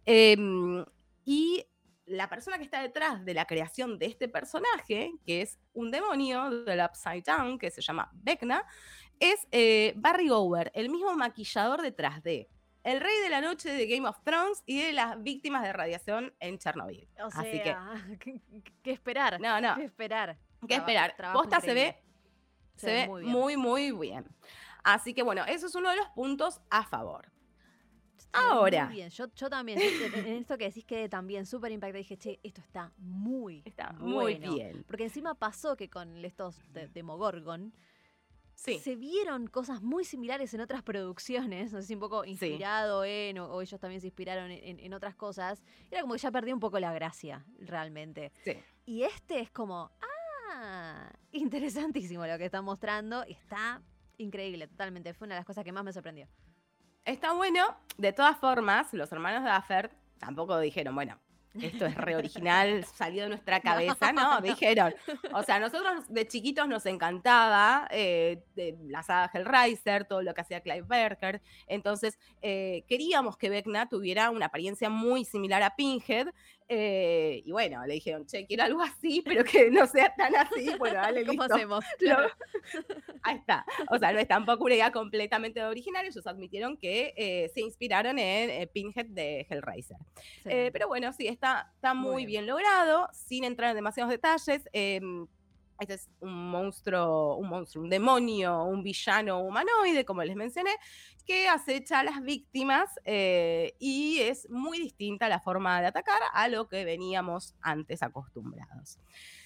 Y la persona que está detrás de la creación de este personaje, que es un demonio del Upside Down, que se llama Vecna, es Barry Gower, el mismo maquillador detrás de el rey de la noche de Game of Thrones y de las víctimas de radiación en Chernobyl. O sea, Así que, ¿qué esperar? no, ¿Qué esperar? ¿qué esperar? Trabajo Posta se increíble. ve muy bien. muy, muy bien. Así que bueno, eso es uno de los puntos a favor. Se ve Ahora. Muy bien. Yo también, en esto que decís quedé también súper impactada. Dije, che, esto está muy Muy bueno. bien. Porque encima pasó que con estos de Demogorgon Sí. se vieron cosas muy similares en otras producciones. No sé si un poco inspirado en, o ellos también se inspiraron en otras cosas. Era como que ya perdí un poco la gracia, realmente. Sí. Y este es como, interesantísimo lo que están mostrando. Está increíble, totalmente. Fue una de las cosas que más me sorprendió. Está bueno. De todas formas, los hermanos Duffer tampoco dijeron, bueno, esto es re original, salió de nuestra cabeza. No, dijeron. O sea, nosotros de chiquitos nos encantaba de la saga Hellraiser, todo lo que hacía Clive Barker. Entonces, queríamos que Vecna tuviera una apariencia muy similar a Pinhead. Y bueno, le dijeron, che, quiero algo así, pero que no sea tan así. Bueno, dale, ¿Cómo listo. hacemos? Ahí está. O sea, no es tampoco una idea completamente original. Ellos admitieron que se inspiraron en Pinhead de Hellraiser. Sí. Pero bueno, sí, está muy bien. bien logrado, sin entrar en demasiados detalles. Este es un monstruo, un demonio, un villano humanoide, como les mencioné, que acecha a las víctimas y es muy distinta la forma de atacar a lo que veníamos antes acostumbrados.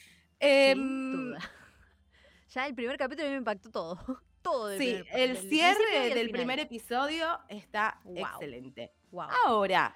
Sin duda. Ya el primer capítulo me impactó todo. Todo del Sí, primer- el del principio y cierre el del final. primer episodio está Wow. excelente. Wow. Ahora,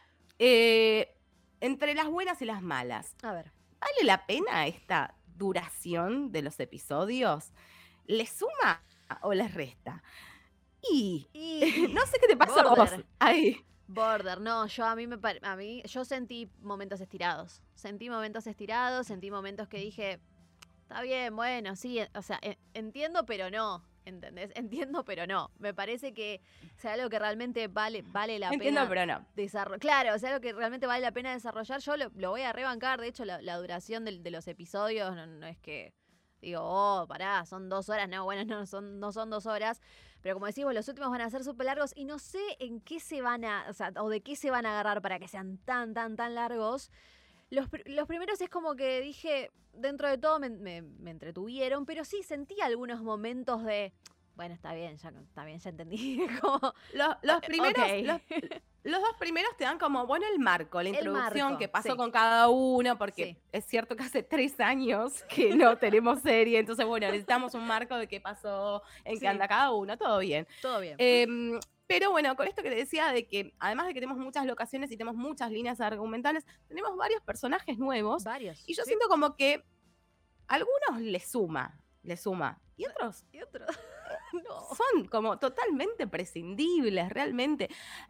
entre las buenas y las malas, A ver. ¿vale la pena esta duración de los episodios? ¿Les suma o les resta? Y Y no sé qué te pasó a vos. Border. Ahí. Border, no, yo sentí momentos estirados. Sentí momentos que dije, está bien, bueno, sí, o sea, entiendo, pero no. ¿Entendés? Entiendo, pero no. Me parece que sea algo que realmente vale la Entiendo, pena pero no. desarrollar. Claro, o sea, algo que realmente vale la pena desarrollar. Yo lo voy a rebancar. De hecho, la duración de los episodios no es que digo, pará, son 2 horas. No, bueno, no son 2 horas. Pero como decís vos, los últimos van a ser súper largos y no sé en qué se van a, o sea, o de qué se van a agarrar para que sean tan largos. Los primeros es como que dije, dentro de todo me entretuvieron, pero sí sentí algunos momentos de, bueno, está bien, ya entendí. Como, Los primeros, ok. los 2 primeros te dan como, bueno, el marco, la introducción, marco, que pasó sí. con cada uno, porque Sí. es cierto que hace 3 años que no tenemos serie, entonces, bueno, necesitamos un marco de qué pasó, en Sí. qué anda cada uno, todo bien. Todo bien. Pero bueno, con esto que le decía de que además de que tenemos muchas locaciones y tenemos muchas líneas argumentales, tenemos varios personajes nuevos. Varios. Y yo Sí. siento como que a algunos les suma. Y otros Y otro. No. son como totalmente prescindibles, realmente.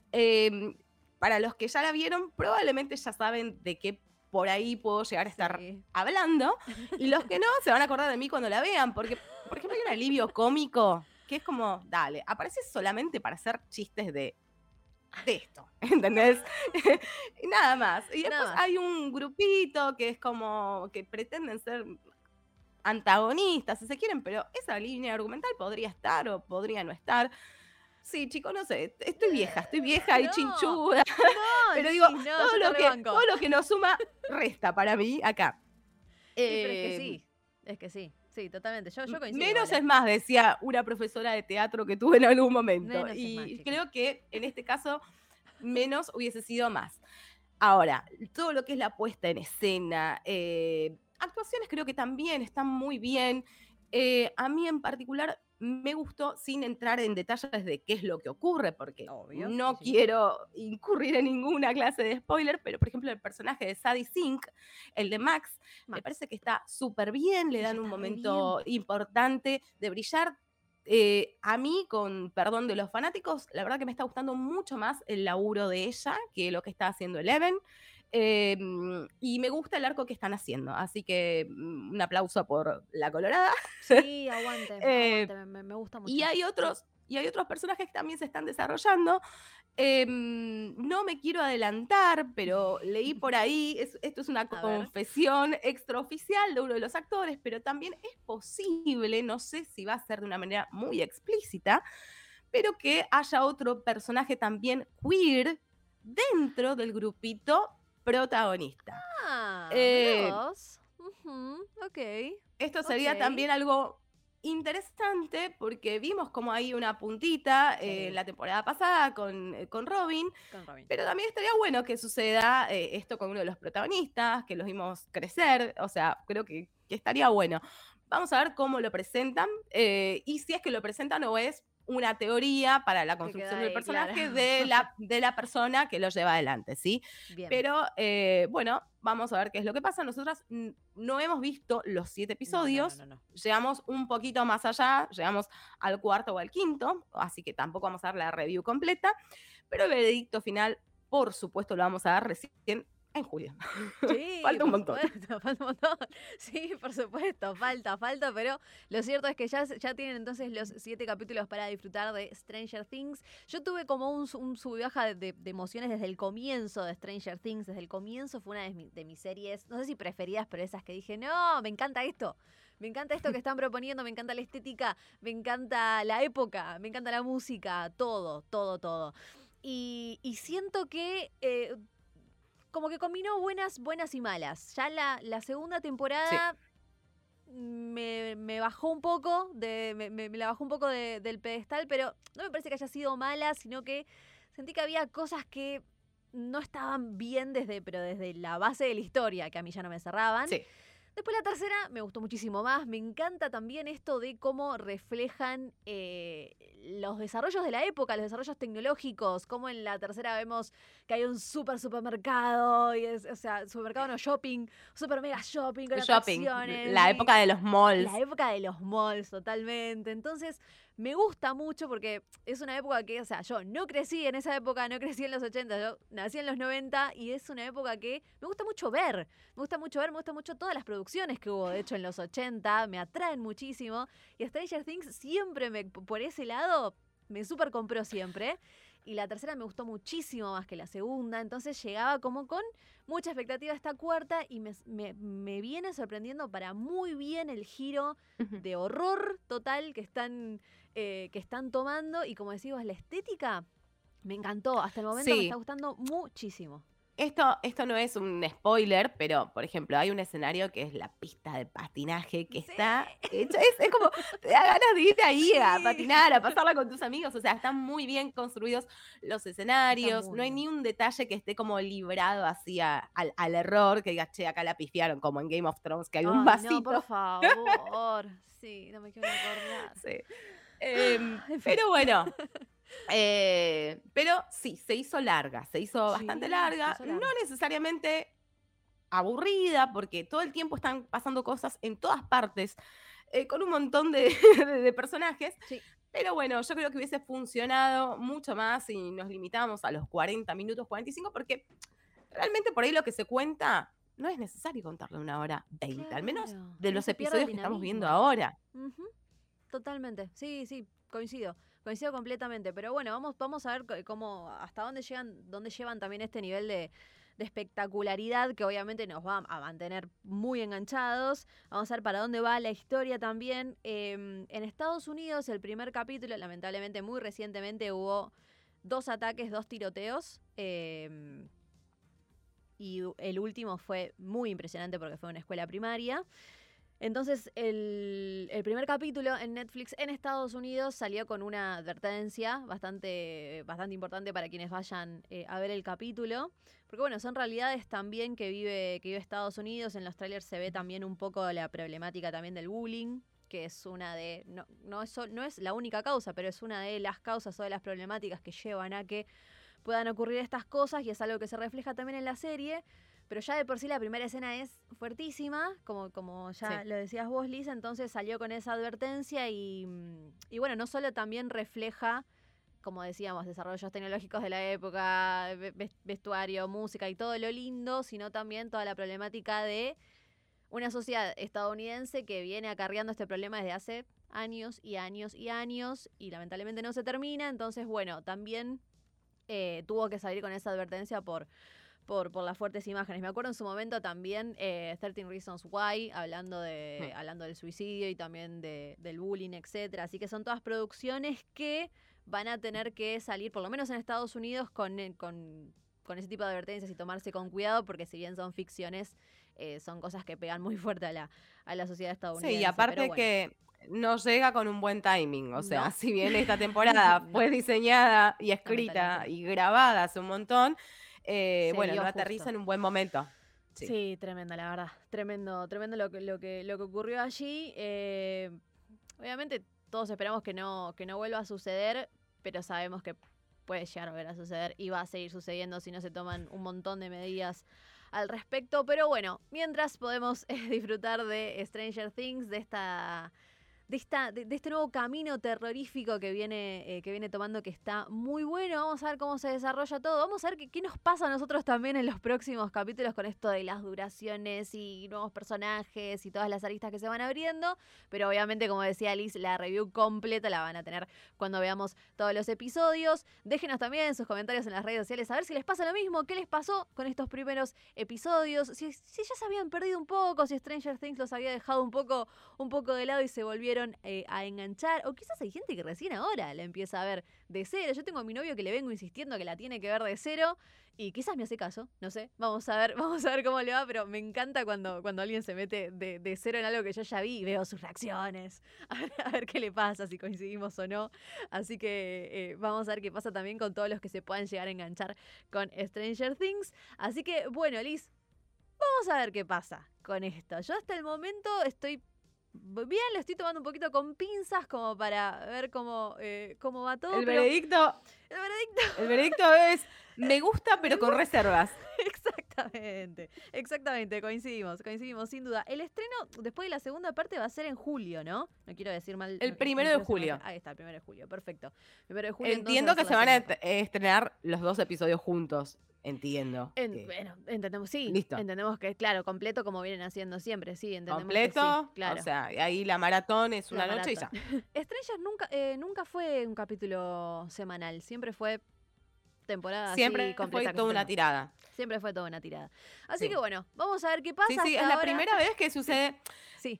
Para los que ya la vieron, probablemente ya saben de qué por ahí puedo llegar a estar Sí. hablando. Y los que no, se van a acordar de mí cuando la vean, porque, por ejemplo, hay un alivio cómico que es como, dale, aparece solamente para hacer chistes de esto, ¿entendés? Y nada más. Y después Nada más. hay un grupito que es como, que pretenden ser antagonistas, si se quieren, pero esa línea argumental podría estar o podría no estar. Sí, chicos, no sé, estoy vieja y No. chinchuda, No, pero digo, sí, no, todo, yo te rebanco. todo lo que nos suma resta para mí acá. Sí, pero es que sí. Sí, totalmente. Yo coincido. Menos igual, es más, decía una profesora de teatro que tuve en algún momento. Menos es Y más, chicos. creo que en este caso, menos hubiese sido más. Ahora, todo lo que es la puesta en escena, actuaciones creo que también están muy bien. A mí en particular me gustó, sin entrar en detalles de qué es lo que ocurre, porque Obvio, no sí, sí. quiero incurrir en ninguna clase de spoiler, pero por ejemplo el personaje de Sadie Sink, el de Max, me Max. parece que está súper bien, le Ella dan un está re momento importante de brillar. A mí, con perdón de los fanáticos, la verdad que me está gustando mucho más el laburo de ella que lo que está haciendo Eleven. Y me gusta el arco que están haciendo. Así que un aplauso por la colorada. Sí, aguante. Me gusta mucho. Y hay otros personajes que también se están desarrollando. No me quiero adelantar, pero leí por ahí, esto es una A ver. confesión extraoficial de uno de los actores, pero también es posible, no sé si va a ser de una manera muy explícita, pero que haya otro personaje también queer dentro del grupito protagonista. Mirá vos. Ok. Esto sería Ok. también algo interesante porque vimos como hay una puntita la temporada pasada con Robin, Con Robin. pero también estaría bueno que suceda esto con uno de los protagonistas, que los vimos crecer, o sea, creo que estaría bueno. Vamos a ver cómo lo presentan y si es que lo presentan o es una teoría para la construcción queda del ahí, personaje claro. de la persona que lo lleva adelante, ¿sí? Bien. Pero bueno, vamos a ver qué es lo que pasa. Nosotras no hemos visto los 7 episodios, No. llegamos un poquito más allá, llegamos al 4º o al 5º, así que tampoco vamos a dar la review completa, pero el veredicto final, por supuesto, lo vamos a dar recién en julio. Sí, Falta un por montón. supuesto, falta un montón. Sí, por supuesto, falta, pero lo cierto es que ya tienen entonces los 7 capítulos para disfrutar de Stranger Things. Yo tuve como un sub y baja de emociones desde el comienzo de Stranger Things. Desde el comienzo fue una de mis series, no sé si preferidas, pero esas que dije, no, me encanta esto. Me encanta esto que están proponiendo, me encanta la estética, me encanta la época, me encanta la música, todo. Y siento que como que combinó buenas y malas. Ya la segunda temporada me bajó un poco, me la bajó un poco del pedestal, pero no me parece que haya sido mala, sino que sentí que había cosas que no estaban bien pero desde la base de la historia, que a mí ya no me cerraban. Sí. Después la tercera me gustó muchísimo más. Me encanta también esto de cómo reflejan los desarrollos de la época, los desarrollos tecnológicos. Como en la tercera vemos que hay un supermercado, y o sea, supermercado no, shopping, super mega shopping con atracciones. La época de los malls. La época de los malls, totalmente. Entonces, me gusta mucho porque es una época que, o sea, yo no crecí en esa época, no crecí en los 80, yo nací en los 90 y es una época que me gusta mucho ver. Me gusta mucho todas las producciones que hubo, de hecho, en los 80, me atraen muchísimo. Y Stranger Things siempre por ese lado me súper compró siempre. Y la tercera me gustó muchísimo más que la segunda, entonces llegaba como con mucha expectativa esta cuarta y me viene sorprendiendo para muy bien el giro de horror total que están tomando. Y como decís vos, la estética me encantó, hasta el momento me está gustando muchísimo. Esto no es un spoiler, pero, por ejemplo, hay un escenario que es la pista de patinaje que está hecha. Es como, te da ganas de ir ahí a patinar, a pasarla con tus amigos. O sea, están muy bien construidos los escenarios. No hay ni un detalle que esté como librado así al error, que digas, che, acá la pifiaron, como en Game of Thrones, que hay un vasito. No, por favor. Sí, no me quiero acordar. Sí. Pero bueno. Pero sí, se hizo larga, se hizo bastante larga, no necesariamente aburrida, porque todo el tiempo están pasando cosas en todas partes, con un montón de personajes, pero bueno, yo creo que hubiese funcionado mucho más si nos limitamos a los 40 minutos, 45, porque realmente por ahí lo que se cuenta no es necesario contarlo en 1h20, al menos de los episodios que estamos viendo ahora. Totalmente, sí, coincido completamente, pero bueno, vamos a ver cómo, hasta dónde llevan también este nivel de espectacularidad que obviamente nos va a mantener muy enganchados. Vamos a ver para dónde va la historia también. En Estados Unidos, el primer capítulo, lamentablemente muy recientemente hubo 2 ataques, 2 tiroteos, y el último fue muy impresionante porque fue una escuela primaria. Entonces, el primer capítulo en Netflix en Estados Unidos salió con una advertencia bastante importante para quienes vayan a ver el capítulo. Porque bueno, son realidades también que vive Estados Unidos. En los trailers se ve también un poco la problemática también del bullying, que es una de... No es la única causa, pero es una de las causas o de las problemáticas que llevan a que puedan ocurrir estas cosas, y es algo que se refleja también en la serie. Pero ya de por sí la primera escena es fuertísima, como ya lo decías vos, Liz, entonces salió con esa advertencia y bueno, no solo también refleja, como decíamos, desarrollos tecnológicos de la época, vestuario, música y todo lo lindo, sino también toda la problemática de una sociedad estadounidense que viene acarreando este problema desde hace años y años y años y lamentablemente no se termina. Entonces, bueno, también tuvo que salir con esa advertencia por las fuertes imágenes. Me acuerdo en su momento también 13 Reasons Why, hablando del suicidio y también del bullying, etcétera. Así que son todas producciones que van a tener que salir, por lo menos en Estados Unidos, con ese tipo de advertencias y tomarse con cuidado, porque si bien son ficciones, son cosas que pegan muy fuerte a la sociedad estadounidense. Sí, y aparte que no llega con un buen timing, o sea, si bien esta temporada fue diseñada y escrita y grabada hace un montón, bueno, no aterriza en un buen momento. Sí, tremendo, la verdad. Tremendo lo que ocurrió allí. Obviamente todos esperamos que no vuelva a suceder, pero sabemos que puede llegar a volver a suceder y va a seguir sucediendo si no se toman un montón de medidas al respecto. Pero bueno, mientras podemos disfrutar de Stranger Things, de este nuevo camino terrorífico que viene tomando, que está muy bueno. Vamos a ver cómo se desarrolla todo. Vamos a ver qué nos pasa a nosotros también en los próximos capítulos con esto de las duraciones y nuevos personajes y todas las aristas que se van abriendo. Pero obviamente, como decía Liz, la review completa la van a tener cuando veamos todos los episodios. Déjenos también sus comentarios en las redes sociales a ver si les pasa lo mismo, qué les pasó con estos primeros episodios, si ya se habían perdido un poco, si Stranger Things los había dejado un poco de lado y se volvieron a enganchar, o quizás hay gente que recién ahora la empieza a ver de cero. Yo tengo a mi novio que le vengo insistiendo que la tiene que ver de cero y quizás me hace caso, no sé, vamos a ver cómo le va, pero me encanta cuando alguien se mete de cero en algo que yo ya vi y veo sus reacciones, a ver qué le pasa, si coincidimos o no. Así que vamos a ver qué pasa también con todos los que se puedan llegar a enganchar con Stranger Things. Así que bueno, Liz, vamos a ver qué pasa con esto. Yo hasta el momento estoy bien, lo estoy tomando un poquito con pinzas como para ver cómo va todo. El veredicto es me gusta, pero con reservas. Exactamente, coincidimos sin duda. El estreno después de la segunda parte va a ser en julio, ¿no? No quiero decir mal. El 1 de julio. Ahí está, el 1 de julio, perfecto. 1 de julio, entiendo que se van a estrenar los 2 episodios juntos. Entiendo. Bueno, entendemos, sí. Listo. Entendemos que, claro, completo como vienen haciendo siempre, sí, entendemos. Completo, sí, claro. O sea, ahí la maratón es una noche y ya. Stranger nunca fue un capítulo semanal, siempre fue temporada siempre así completa. Fue toda una tirada. Siempre fue toda una tirada. Así que bueno, vamos a ver qué pasa. Sí, es la primera vez que sucede. Sí.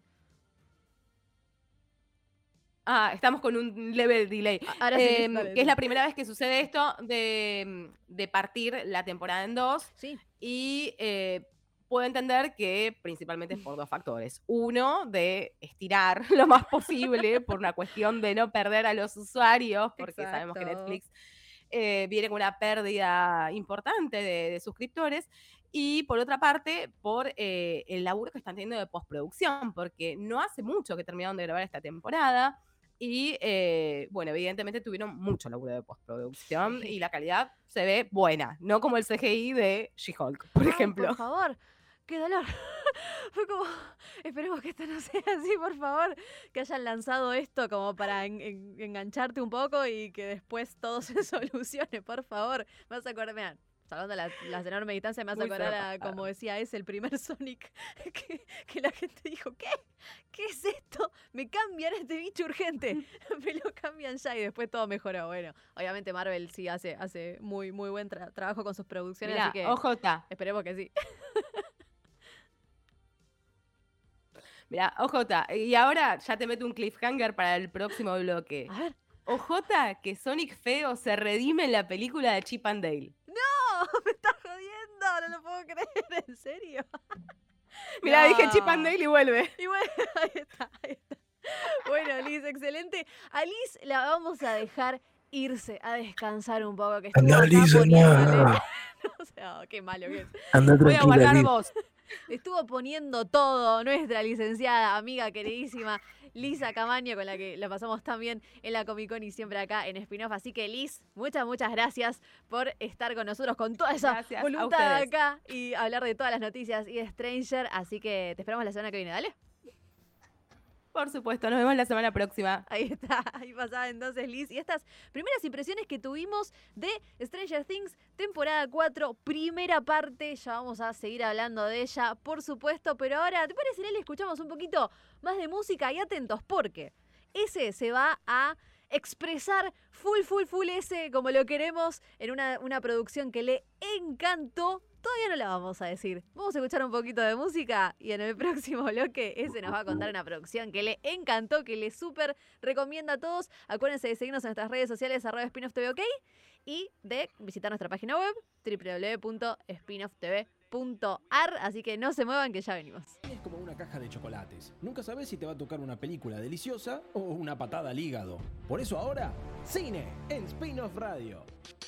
Estamos con un leve delay. Ahora sí, dale. Que es la primera vez que sucede esto de partir la temporada en 2. Sí. Y puedo entender que principalmente es por 2 factores. Uno, de estirar lo más posible por una cuestión de no perder a los usuarios, porque sabemos que Netflix viene con una pérdida importante de suscriptores. Y por otra parte, por el laburo que están teniendo de postproducción, porque no hace mucho que terminaron de grabar esta temporada. Y, bueno, evidentemente tuvieron mucho laburo de postproducción y la calidad se ve buena, no como el CGI de She-Hulk, por ejemplo. Por favor, qué dolor. Fue como, esperemos que esto no sea así, por favor, que hayan lanzado esto como para engancharte un poco y que después todo se solucione, por favor. Me vas a acordar, mirá, salvando las enormes distancias, me vas a acordar como decía el primer Sonic, que la gente dijo, ¿qué es esto? Me cambian este bicho urgente, me lo cambian ya y después todo mejoró. Bueno, obviamente Marvel sí hace muy buen trabajo con sus producciones, Mirá, así que OJ. esperemos que sí. Mira, OJ, y ahora ya te meto un cliffhanger para el próximo bloque. A ver. OJ, que Sonic feo se redime en la película de Chip and Dale. ¡No! ¡Me estás jodiendo! No lo puedo creer, ¿en serio? Mirá, dije Chip and Dale y vuelve. Y bueno, ahí está. Bueno, Liz, excelente. A Liz la vamos a dejar irse a descansar un poco, que estuvo acá poniéndole... O sea, qué malo que es. Voy a guardar vos. Estuvo poniendo todo nuestra licenciada, amiga queridísima Lisa Camaño, con la que la pasamos tan bien en la Comic Con y siempre acá en Spinoff. Así que Liz, muchas gracias por estar con nosotros, con toda esa voluntad acá y hablar de todas las noticias y de Stranger. Así que te esperamos la semana que viene, ¿dale? Por supuesto, nos vemos la semana próxima. Ahí está, ahí pasaba entonces Liz. Y estas primeras impresiones que tuvimos de Stranger Things, temporada 4, primera parte. Ya vamos a seguir hablando de ella, por supuesto. Pero ahora, ¿te parece, Nelly? Escuchamos un poquito más de música y atentos, porque ese se va a expresar full ese, como lo queremos, en una producción que le encantó. todavía no la vamos a decir. Vamos a escuchar un poquito de música y en el próximo bloque ese nos va a contar una producción que le encantó, que le súper recomienda a todos. Acuérdense de seguirnos en nuestras redes sociales @spinofftv, ¿ok? Y de visitar nuestra página web www.spinofftv.ar. Así que no se muevan que ya venimos. Es como una caja de chocolates. Nunca sabes si te va a tocar una película deliciosa o una patada al hígado. Por eso ahora, cine en Spin-Off Radio.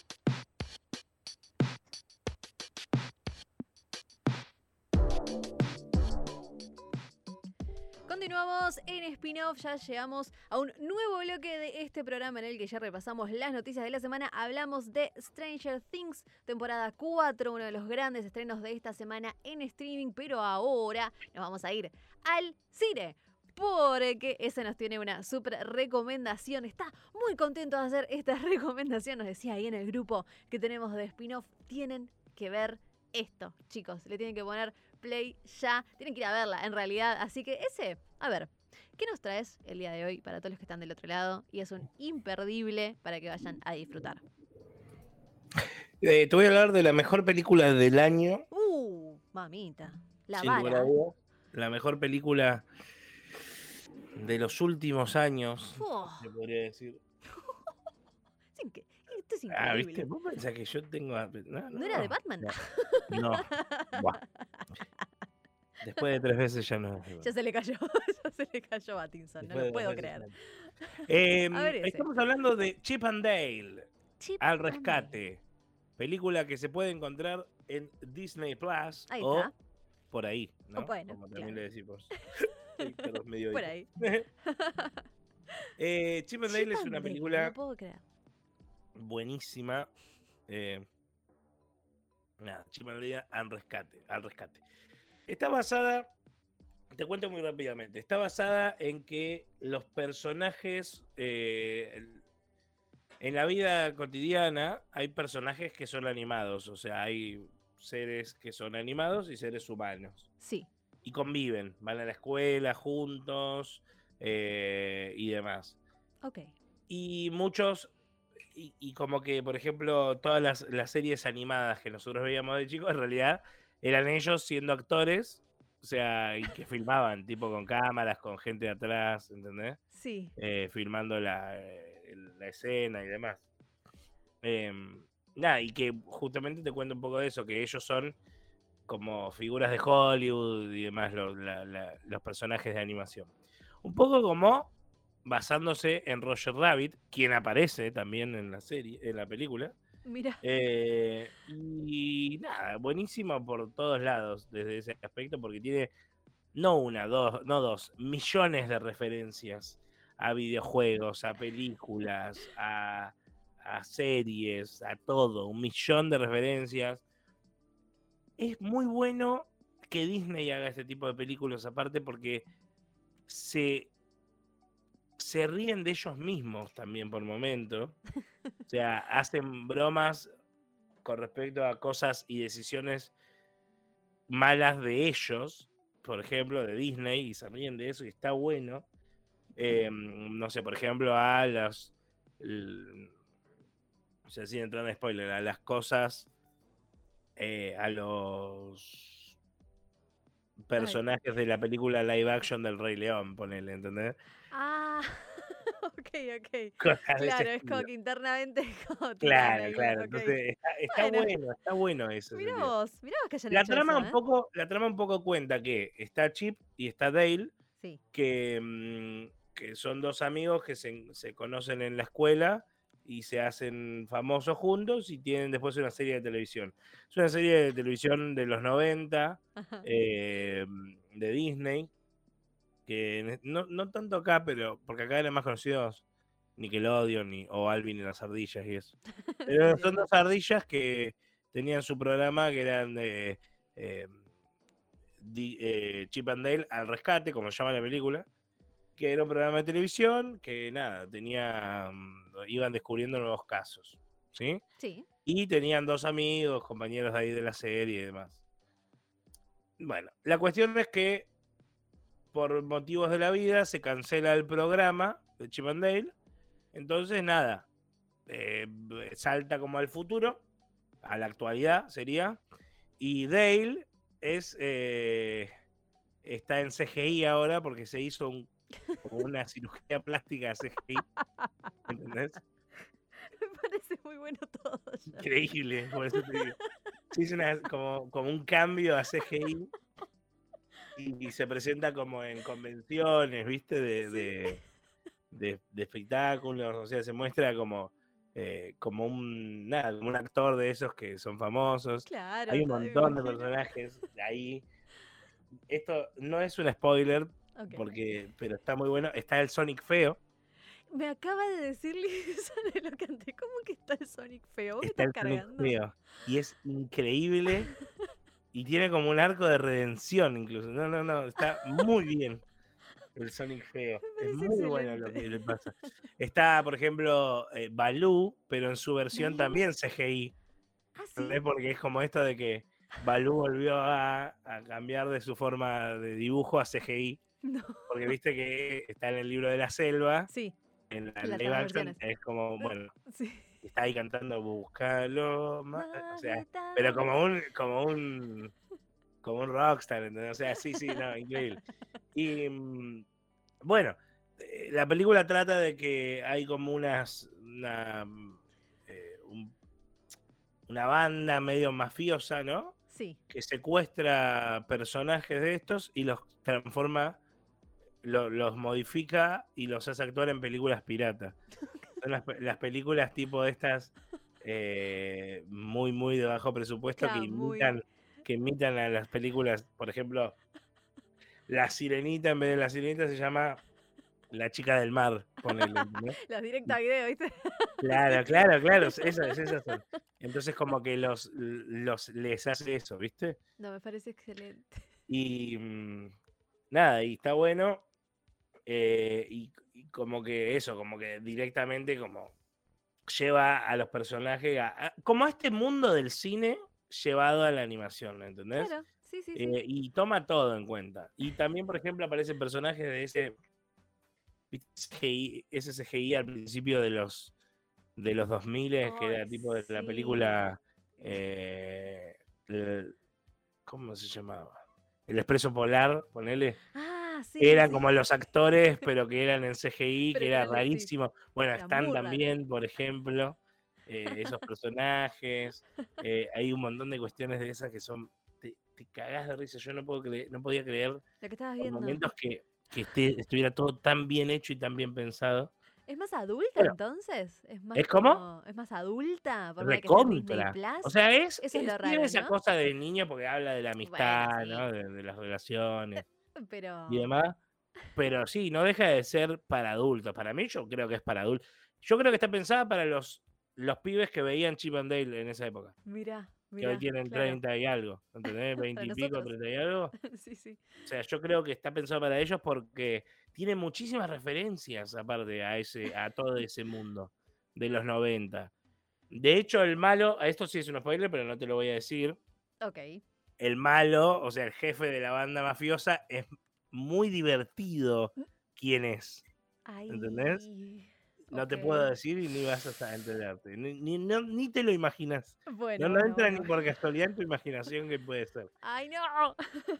Continuamos en Spin-Off, ya llegamos a un nuevo bloque de este programa en el que ya repasamos las noticias de la semana. Hablamos de Stranger Things, temporada 4, uno de los grandes estrenos de esta semana en streaming, pero ahora nos vamos a ir al cine. Porque ese nos tiene una súper recomendación. Está muy contento de hacer esta recomendación. Nos decía ahí en el grupo que tenemos de Spin-Off. Tienen que ver esto, chicos. Le tienen que poner play ya. Tienen que ir a verla, en realidad. Así que a ver, ¿qué nos traes el día de hoy para todos los que están del otro lado? Y es un imperdible para que vayan a disfrutar. Te voy a hablar de la mejor película del año. Mamita. La Sin vara. lugar a dudas. La mejor película de los últimos años, se podría decir. Esto es increíble. ¿Viste? ¿Vos pensás que yo tengo...? ¿No era de Batman? No. Buah. Después de 3 veces ya no. Ya se le cayó Pattinson, no lo puedo creer. Estamos hablando de Chip and Dale, Al Rescate. Película que se puede encontrar en Disney Plus o está. Por ahí, ¿no? O bueno, como también claro. le decimos. Medio por ahí. Chip and Dale es una película no puedo creer. buenísima. Chip and Dale Al Rescate. Está basada, te cuento muy rápidamente, está basada en que los personajes, en la vida cotidiana hay personajes que son animados, o sea, hay seres que son animados y seres humanos. Sí. Y conviven, van a la escuela juntos y demás. Ok. Y muchos, y como que, por ejemplo, todas las series animadas que nosotros veíamos de chicos, en realidad eran ellos siendo actores, o sea, y que filmaban, tipo con cámaras, con gente atrás, ¿entendés? Sí. Filmando la escena y demás. Y que justamente te cuento un poco de eso, que ellos son como figuras de Hollywood y demás, los personajes de animación. Un poco como basándose en Roger Rabbit, quien aparece también en la serie, en la película. Mira. Y nada, buenísimo por todos lados desde ese aspecto, porque tiene no dos, millones de referencias a videojuegos, a películas, a series, a todo, 1.000.000 de referencias. Es muy bueno que Disney haga este tipo de películas aparte porque se ríen de ellos mismos también por momento. O sea, hacen bromas con respecto a cosas y decisiones malas de ellos, por ejemplo, de Disney, y se ríen de eso y está bueno. No sé, por ejemplo, a las... O sea, sin entrar en spoiler, a las cosas, a los personajes de la película live action del Rey León, ponele, ¿entendés? Ok. Claro, es como que internamente... Claro. Okay. Entonces, está bueno eso. Mirá vos que hayan La hecho trama eso, la trama un poco cuenta que está Chip y está Dale, sí. que son dos amigos que se conocen en la escuela y se hacen famosos juntos y tienen después una serie de televisión. Es una serie de televisión de los 90, de Disney, que no tanto acá, pero porque acá eran más conocidos Nickelodeon o Alvin y las ardillas y eso. Pero son dos ardillas que tenían su programa que eran de Chip and Dale Al Rescate, como se llama la película, que era un programa de televisión que nada, iban descubriendo nuevos casos, ¿sí? Sí. Y tenían dos amigos, compañeros de ahí de la serie y demás. Bueno, la cuestión es que por motivos de la vida se cancela el programa de Chip and Dale. Entonces, nada, salta como al futuro, a la actualidad sería, Y Dale está en CGI ahora porque se hizo como una cirugía plástica de CGI. ¿Entendés? Me parece muy bueno todo. Ya. Increíble, por eso te digo. Se hizo como un cambio a CGI y se presenta como en convenciones, ¿viste? De espectáculos, o sea, se muestra como un actor de esos que son famosos. Claro, Hay un todo, me montón de imagino. personajes de ahí. Esto no es un spoiler, Ok. pero está muy bueno. Está el Sonic feo. Me acaba de decir Lizana de lo que antes. ¿Cómo que está el Sonic feo? ¿Vos me Está estás el Sonic cargando? feo. Y es increíble. Y tiene como un arco de redención incluso. No, está muy bien el Sonic feo. Me Es parece muy bueno lo excelente. que le pasa. Está, por ejemplo, Baloo, pero en su versión ¿Baloo? también CGI. Ah, sí. ¿Entendés? Porque es como esto de que Baloo volvió a cambiar de su forma de dibujo a CGI. No. Porque viste que está en el libro de la selva, Sí, en la las live action, versiones. es como, bueno, Sí. está ahí cantando Búscalo, o sea, Marita. pero como un rockstar, ¿entendés? O sea, sí, no, increíble. Y bueno, la película trata de que hay como una banda medio mafiosa, ¿no? Sí. Que secuestra personajes de estos y los transforma, los modifica y los hace actuar en películas piratas. Son las películas tipo de estas muy, muy de bajo presupuesto Claro, muy. que imitan a las películas. Por ejemplo, La Sirenita, en vez de La Sirenita se llama La Chica del Mar, ponele, ¿entendés? Los directa a video, ¿viste? Claro, esas son. Entonces como que les hace eso, ¿viste? No, me parece excelente. Y nada, y está bueno. Y como que eso, como que directamente como lleva a los personajes como a este mundo del cine llevado a la animación, ¿entendés? Claro, sí. Y toma todo en cuenta. Y también, por ejemplo, aparecen personajes de ese CGI al principio de los 2000, que era Ay, tipo de la sí. película ¿cómo se llamaba? El Expreso Polar, ponele. Ah, sí. Eran como los actores, pero que eran en CGI, Pero que que era eran sí. rarísimo. Bueno, Era están muy raro. también, por ejemplo, esos personajes. Hay un montón de cuestiones de esas que son. Te cagás de risa. Yo no podía creer Lo que estabas por viendo. momentos que estuviera todo tan bien hecho y tan bien pensado. ¿Es más adulta Bueno, entonces? ¿Es más ¿es como? como... ¿Es más adulta? Por más que esté en Disney Recontra. Plus. O sea, Eso es lo tiene raro, esa ¿no? cosa de niño porque habla de la amistad, Bueno, sí. ¿no? De las relaciones y Pero. demás. Pero sí, no deja de ser para adultos. Para mí, yo creo que es para adultos. Yo creo que está pensada para los pibes que veían Chip and Dale en esa época. Mirá, Que hoy tienen claro. 30 y algo. ¿Entendés? 20 y pico, nosotros. 30 y algo. Sí. O sea, yo creo que está pensado para ellos porque tiene muchísimas referencias aparte a todo ese mundo de los 90. De hecho, el malo, esto sí es un spoiler, pero no te lo voy a decir. Ok. El malo, o sea, el jefe de la banda mafiosa, es muy divertido quién es. Ay. ¿Entendés? No te Ok. puedo decir y ni vas a enterarte. Ni te lo imaginas. Bueno, No entra bueno. ni por casualidad en tu imaginación que puede ser. ¡Ay, no!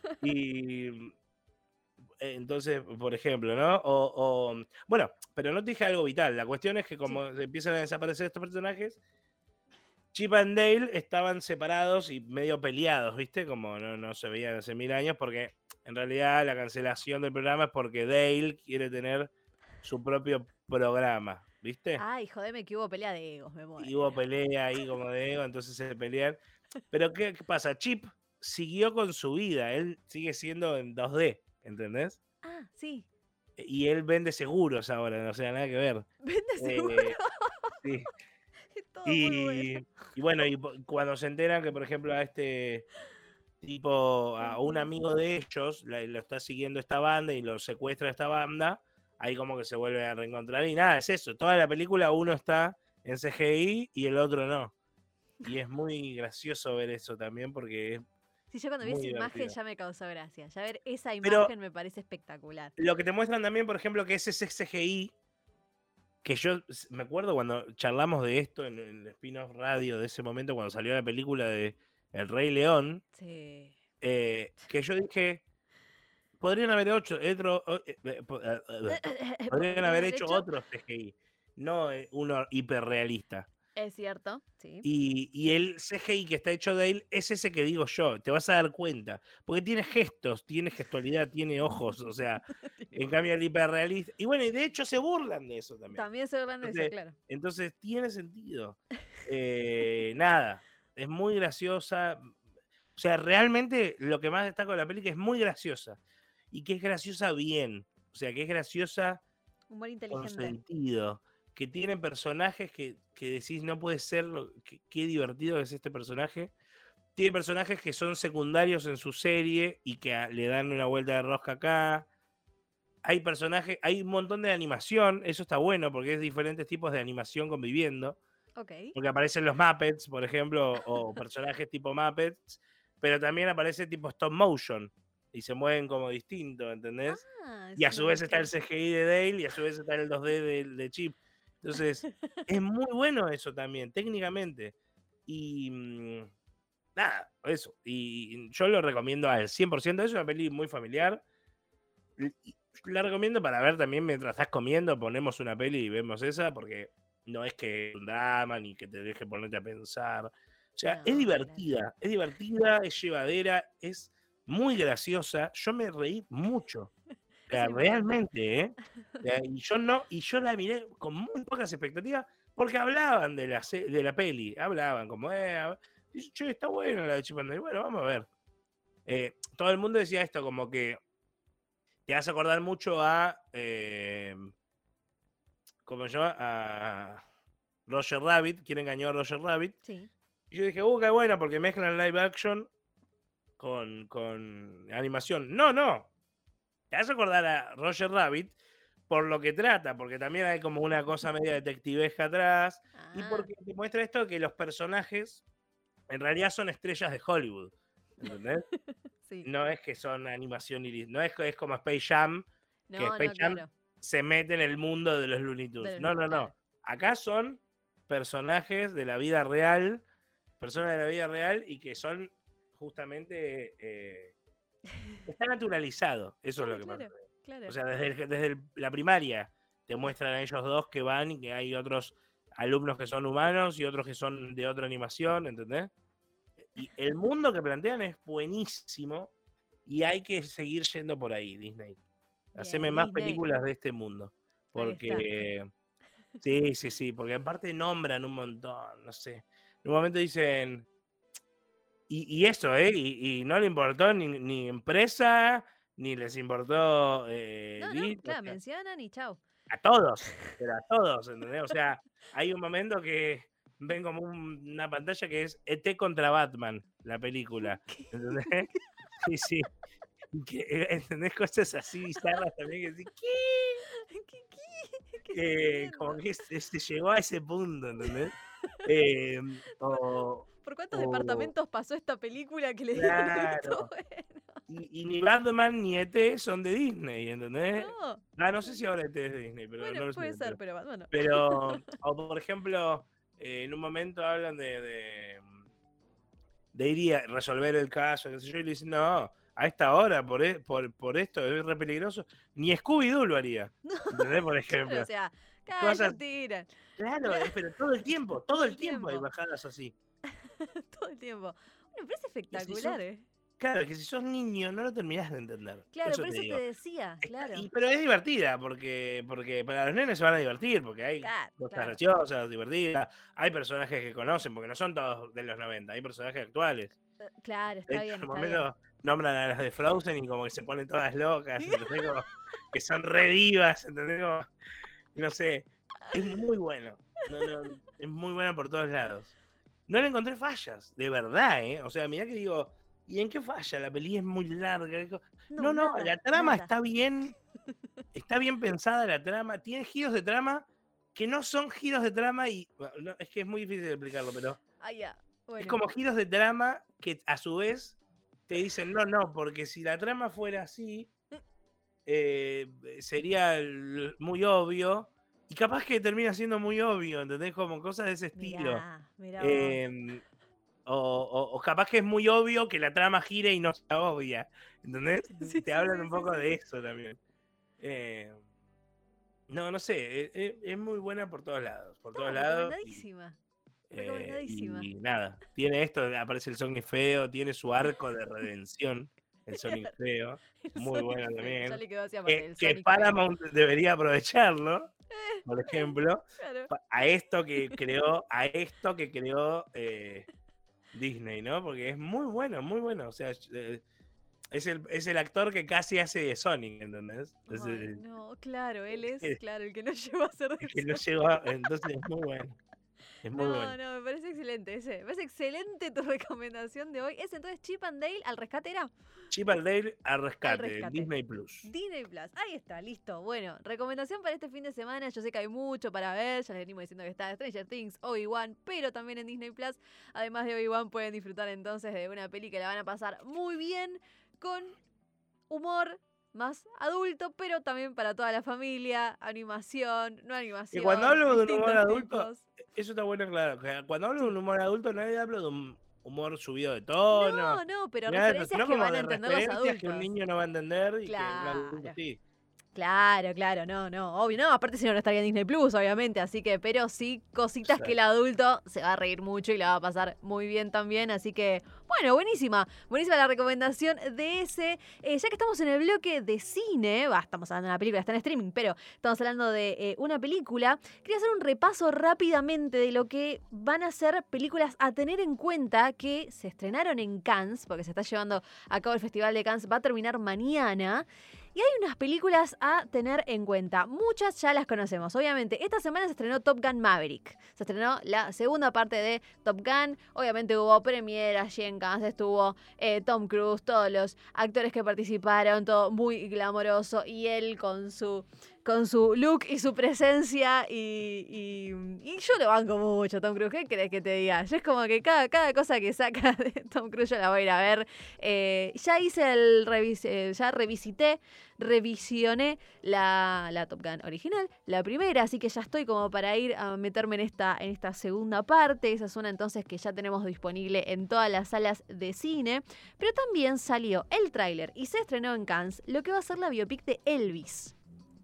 Y entonces, por ejemplo, ¿no? Bueno, pero no te dije algo vital. La cuestión es que como empiezan a desaparecer estos personajes, Chip and Dale estaban separados y medio peleados, ¿viste? Como no se veían hace 1000 años, porque en realidad la cancelación del programa es porque Dale quiere tener su propio programa, ¿viste? Ay, jodeme que hubo pelea de egos, me muero. Y hubo pelea ahí como de ego, entonces se pelean. Pero ¿qué pasa? Chip siguió con su vida, él sigue siendo en 2D, ¿entendés? Ah, sí. Y él vende seguros ahora, no sea nada que ver. ¿Vende seguro? Sí. Es todo muy bueno. Y bueno, cuando se enteran que, por ejemplo, a este tipo, a un amigo de ellos, lo está siguiendo esta banda y lo secuestra esta banda, ahí como que se vuelve a reencontrar. Y nada, es eso. Toda la película uno está en CGI y el otro no. Y es muy gracioso ver eso también porque es Sí, yo cuando vi muy esa imagen divertido. ya me causó gracia. Ya ver esa Pero imagen me parece espectacular. lo que te muestran también, por ejemplo, que es ese CGI, que yo me acuerdo cuando charlamos de esto en el spin-off radio de ese momento, cuando salió la película de El Rey León, Sí. que yo dije, podrían haber hecho podrían haber hecho otro CGI, no uno hiperrealista. Es cierto, sí. Y el CGI que está hecho de él es ese que digo yo, te vas a dar cuenta, porque tiene gestos, tiene gestualidad, tiene ojos, o sea, en cambio el hiperrealista, y bueno, y de hecho se burlan de eso también. También se hablan de eso, claro. Entonces tiene sentido. Nada, es muy graciosa, o sea, realmente lo que más destaco de la peli que es muy graciosa, y que es graciosa bien, o sea, que es graciosa Humor con inteligente. sentido, que tienen personajes que decís no puede ser, qué divertido es este personaje. Tiene personajes que son secundarios en su serie y que le dan una vuelta de rosca acá. Hay personajes, hay un montón de animación, eso está bueno porque es diferentes tipos de animación conviviendo. Ok. Porque aparecen los Muppets, por ejemplo, o personajes tipo Muppets, pero también aparece tipo stop motion y se mueven como distinto, ¿entendés? Y a su vez está el CGI de Dale y a su vez está el 2D de Chip. Entonces, es muy bueno eso también, técnicamente. Y nada, eso. Y yo lo recomiendo al 100%. Es una peli muy familiar. La recomiendo para ver también mientras estás comiendo. Ponemos una peli y vemos esa, porque no es que es un drama ni que te deje ponerte a pensar. O sea, No, es divertida, es llevadera, es muy graciosa. Yo me reí mucho. O sea, realmente, ¿eh? Y yo la miré con muy pocas expectativas porque hablaban de la peli. Hablaban como, che, está buena la de Chip and Dale. Bueno, vamos a ver. Todo el mundo decía esto, como que te vas a acordar mucho a. ¿Cómo se llama? A Roger Rabbit. ¿Quién engañó a Roger Rabbit? Sí. Y yo dije, qué bueno, porque mezclan live action con animación. No. Te vas a acordar a Roger Rabbit por lo que trata, porque también hay como una cosa media detectivesca atrás, y porque te muestra esto que los personajes en realidad son estrellas de Hollywood, ¿entendés? Sí. No es que son animación no es como Space Jam, que Space Jam claro. se mete en el mundo de los Looney Tunes. No. Claro. Acá son personajes de la vida real, personas de la vida real y que son justamente está naturalizado, eso es lo que pasa. Claro. O sea, desde la primaria te muestran a ellos dos que van y que hay otros alumnos que son humanos y otros que son de otra animación, ¿entendés? Y el mundo que plantean es buenísimo y hay que seguir yendo por ahí, Disney. Haceme más películas de este mundo. Porque sí, porque aparte nombran un montón, no sé. En un momento dicen, y eso, y no le importó ni empresa, ni les importó. Claro, mencionan y chao. A todos, pero a todos, ¿entendés? O sea, hay un momento que ven como una pantalla que es ET contra Batman, la película, ¿entendés? Sí. ¿Entendés? Cosas así bizarras también que decís, ¿qué? Como que se llegó a ese punto, ¿entendés? ¿Por cuántos departamentos pasó esta película que le claro. dieron el visto bueno? Y ni Batman ni ET son de Disney, ¿entendés? No. No sé si ahora ET es de Disney, pero bueno, no lo sé. Puede ser, pero bueno. Pero, o por ejemplo, en un momento hablan de ir a resolver el caso, qué sé yo, y le dicen, no, a esta hora, por esto, es re peligroso. Ni Scooby-Doo lo haría. ¿Entendés? Por ejemplo. Claro, o sea, cosas tiran. Claro, pero todo el tiempo hay bajadas así. Todo el tiempo. Bueno, pero es espectacular, Claro, que si sos niño no lo terminás de entender. Claro, por eso te decía, claro. Pero es divertida, porque para los nenes se van a divertir, porque hay cosas graciosas, divertidas, hay personajes que conocen, porque no son todos de los 90, hay personajes actuales. Claro, está bien. En un momento nombran a las de Frozen y como que se ponen todas locas, ¿entendés? Como que son re divas, ¿entendés? Como, no sé, es muy bueno. Es muy bueno por todos lados. No le encontré fallas, de verdad, ¿eh? O sea, mirá que digo, ¿y en qué falla? La peli es muy larga. No, la trama está bien pensada la trama, tiene giros de trama que no son giros de trama y no, es que es muy difícil de explicarlo, pero bueno. Es como giros de trama que a su vez te dicen, no, porque si la trama fuera así, sería muy obvio. Y capaz que termina siendo muy obvio, ¿entendés? Como cosas de ese estilo. Mirá O capaz que es muy obvio que la trama gire y no sea obvia. ¿Entendés? Sí, Te sí, hablan sí, un sí, poco sí. de eso también. No sé, es muy buena por todos lados. Por todos lados. Recomendadísima. Recomendadísima. Y nada, tiene esto, aparece el Sonic feo, tiene su arco de redención, el Sonic feo, El muy Sonic bueno feo. Ya también. le quedó así aparte, el Que Sonic feo. Paramount debería aprovecharlo, por ejemplo, Claro. a esto que creó Disney, ¿no? Porque es muy bueno, o sea, es el actor que casi hace de Sonic, ¿entendés? Ay, no, claro, él es, el claro, el que no llegó a ser de que no Sonic. llegó, entonces es muy bueno. Es muy bueno. No, me parece excelente ese. Me parece excelente tu recomendación de hoy. ¿Es entonces Chip and Dale al rescate era? Chip and Dale al Al rescate, rescate. Disney Plus. Disney Plus. Ahí está, listo. Bueno, recomendación para este fin de semana. Yo sé que hay mucho para ver. Ya les venimos diciendo que está Stranger Things, Obi-Wan, pero también en Disney Plus. Además de Obi-Wan, pueden disfrutar entonces de una peli que la van a pasar muy bien con humor más adulto, pero también para toda la familia, animación, no animación. Y cuando hablo de un humor distintos adulto, tipos. eso está bueno, claro. Que cuando hablo Sí. de un humor adulto, nadie hablo de un humor subido de tono. No, pero nada de eso, referencias sino que como van a de entender los referencias que un adultos. niño no va a entender y que un Claro. adulto sí. Claro, no, obvio, no, aparte si no, no estaría en Disney Plus, obviamente, así que, pero sí, cositas que el adulto se va a reír mucho y la va a pasar muy bien también, así que, bueno, buenísima la recomendación de ese, ya que estamos en el bloque de cine, estamos hablando de una película, está en streaming, pero estamos hablando de una película, quería hacer un repaso rápidamente de lo que van a ser películas a tener en cuenta que se estrenaron en Cannes, porque se está llevando a cabo el Festival de Cannes, va a terminar mañana. Y hay unas películas a tener en cuenta. Muchas ya las conocemos. Obviamente, esta semana se estrenó Top Gun Maverick. Se estrenó la segunda parte de Top Gun. Obviamente hubo premiere allí en Cannes. Estuvo Tom Cruise, todos los actores que participaron. Todo muy glamoroso. Y él con su look y su presencia. Y yo lo banco mucho, Tom Cruise. ¿Qué crees que te diga? Yo es como que cada cosa que saca de Tom Cruise yo la voy a ir a ver. Ya hice ya revisioné la Top Gun original, la primera, así que ya estoy como para ir a meterme en esta segunda parte. Esa es una entonces que ya tenemos disponible en todas las salas de cine. Pero también salió el tráiler y se estrenó en Cannes lo que va a ser la biopic de Elvis.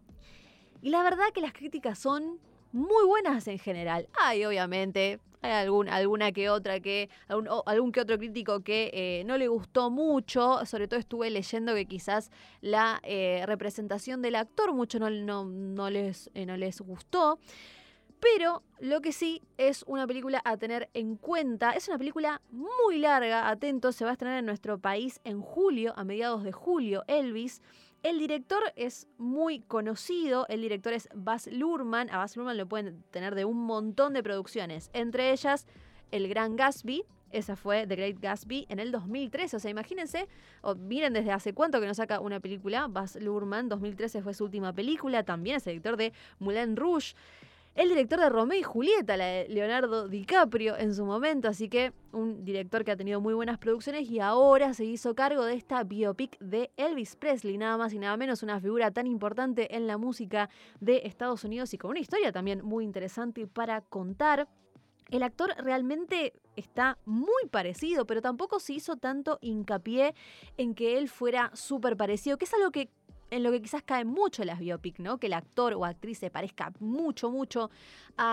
Y la verdad que las críticas son muy buenas en general. Hay obviamente... Hay alguna que otra algún que otro crítico que no le gustó mucho. Sobre todo estuve leyendo que quizás la representación del actor mucho no les gustó. Pero lo que sí es una película a tener en cuenta. Es una película muy larga, atentos, se va a estrenar en nuestro país en julio, a mediados de julio, Elvis. El director es muy conocido, el director es Baz Luhrmann. A Baz Luhrmann lo pueden tener de un montón de producciones, entre ellas El Gran Gatsby. Esa fue The Great Gatsby en el 2013. O sea, imagínense, miren desde hace cuánto que no saca una película. Baz Luhrmann, 2013 fue su última película. También es el director de Moulin Rouge. El director de Romeo y Julieta, la de Leonardo DiCaprio en su momento, así que un director que ha tenido muy buenas producciones y ahora se hizo cargo de esta biopic de Elvis Presley, nada más y nada menos, una figura tan importante en la música de Estados Unidos y con una historia también muy interesante para contar. El actor realmente está muy parecido, pero tampoco se hizo tanto hincapié en que él fuera súper parecido, que es algo en lo que quizás caen mucho las biopic, ¿no? Que el actor o actriz se parezca mucho a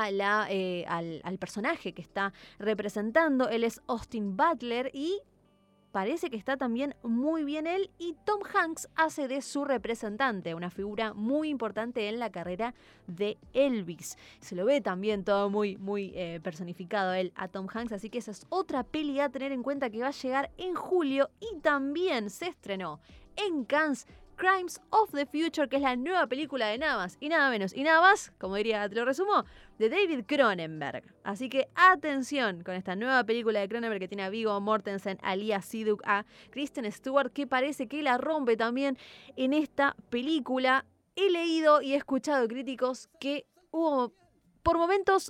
al personaje que está representando. Él es Austin Butler y parece que está también muy bien él. Y Tom Hanks hace de su representante, una figura muy importante en la carrera de Elvis. Se lo ve también todo muy personificado él a Tom Hanks, así que esa es otra peli a tener en cuenta que va a llegar en julio. Y también se estrenó en Cannes Crimes of the Future, que es la nueva película de nada más y nada menos y nada más, como diría, te lo resumo, de David Cronenberg. Así que atención con esta nueva película de Cronenberg que tiene a Viggo Mortensen, a Lea Seydoux, a Kristen Stewart, que parece que la rompe también en esta película. He leído y he escuchado críticos que por momentos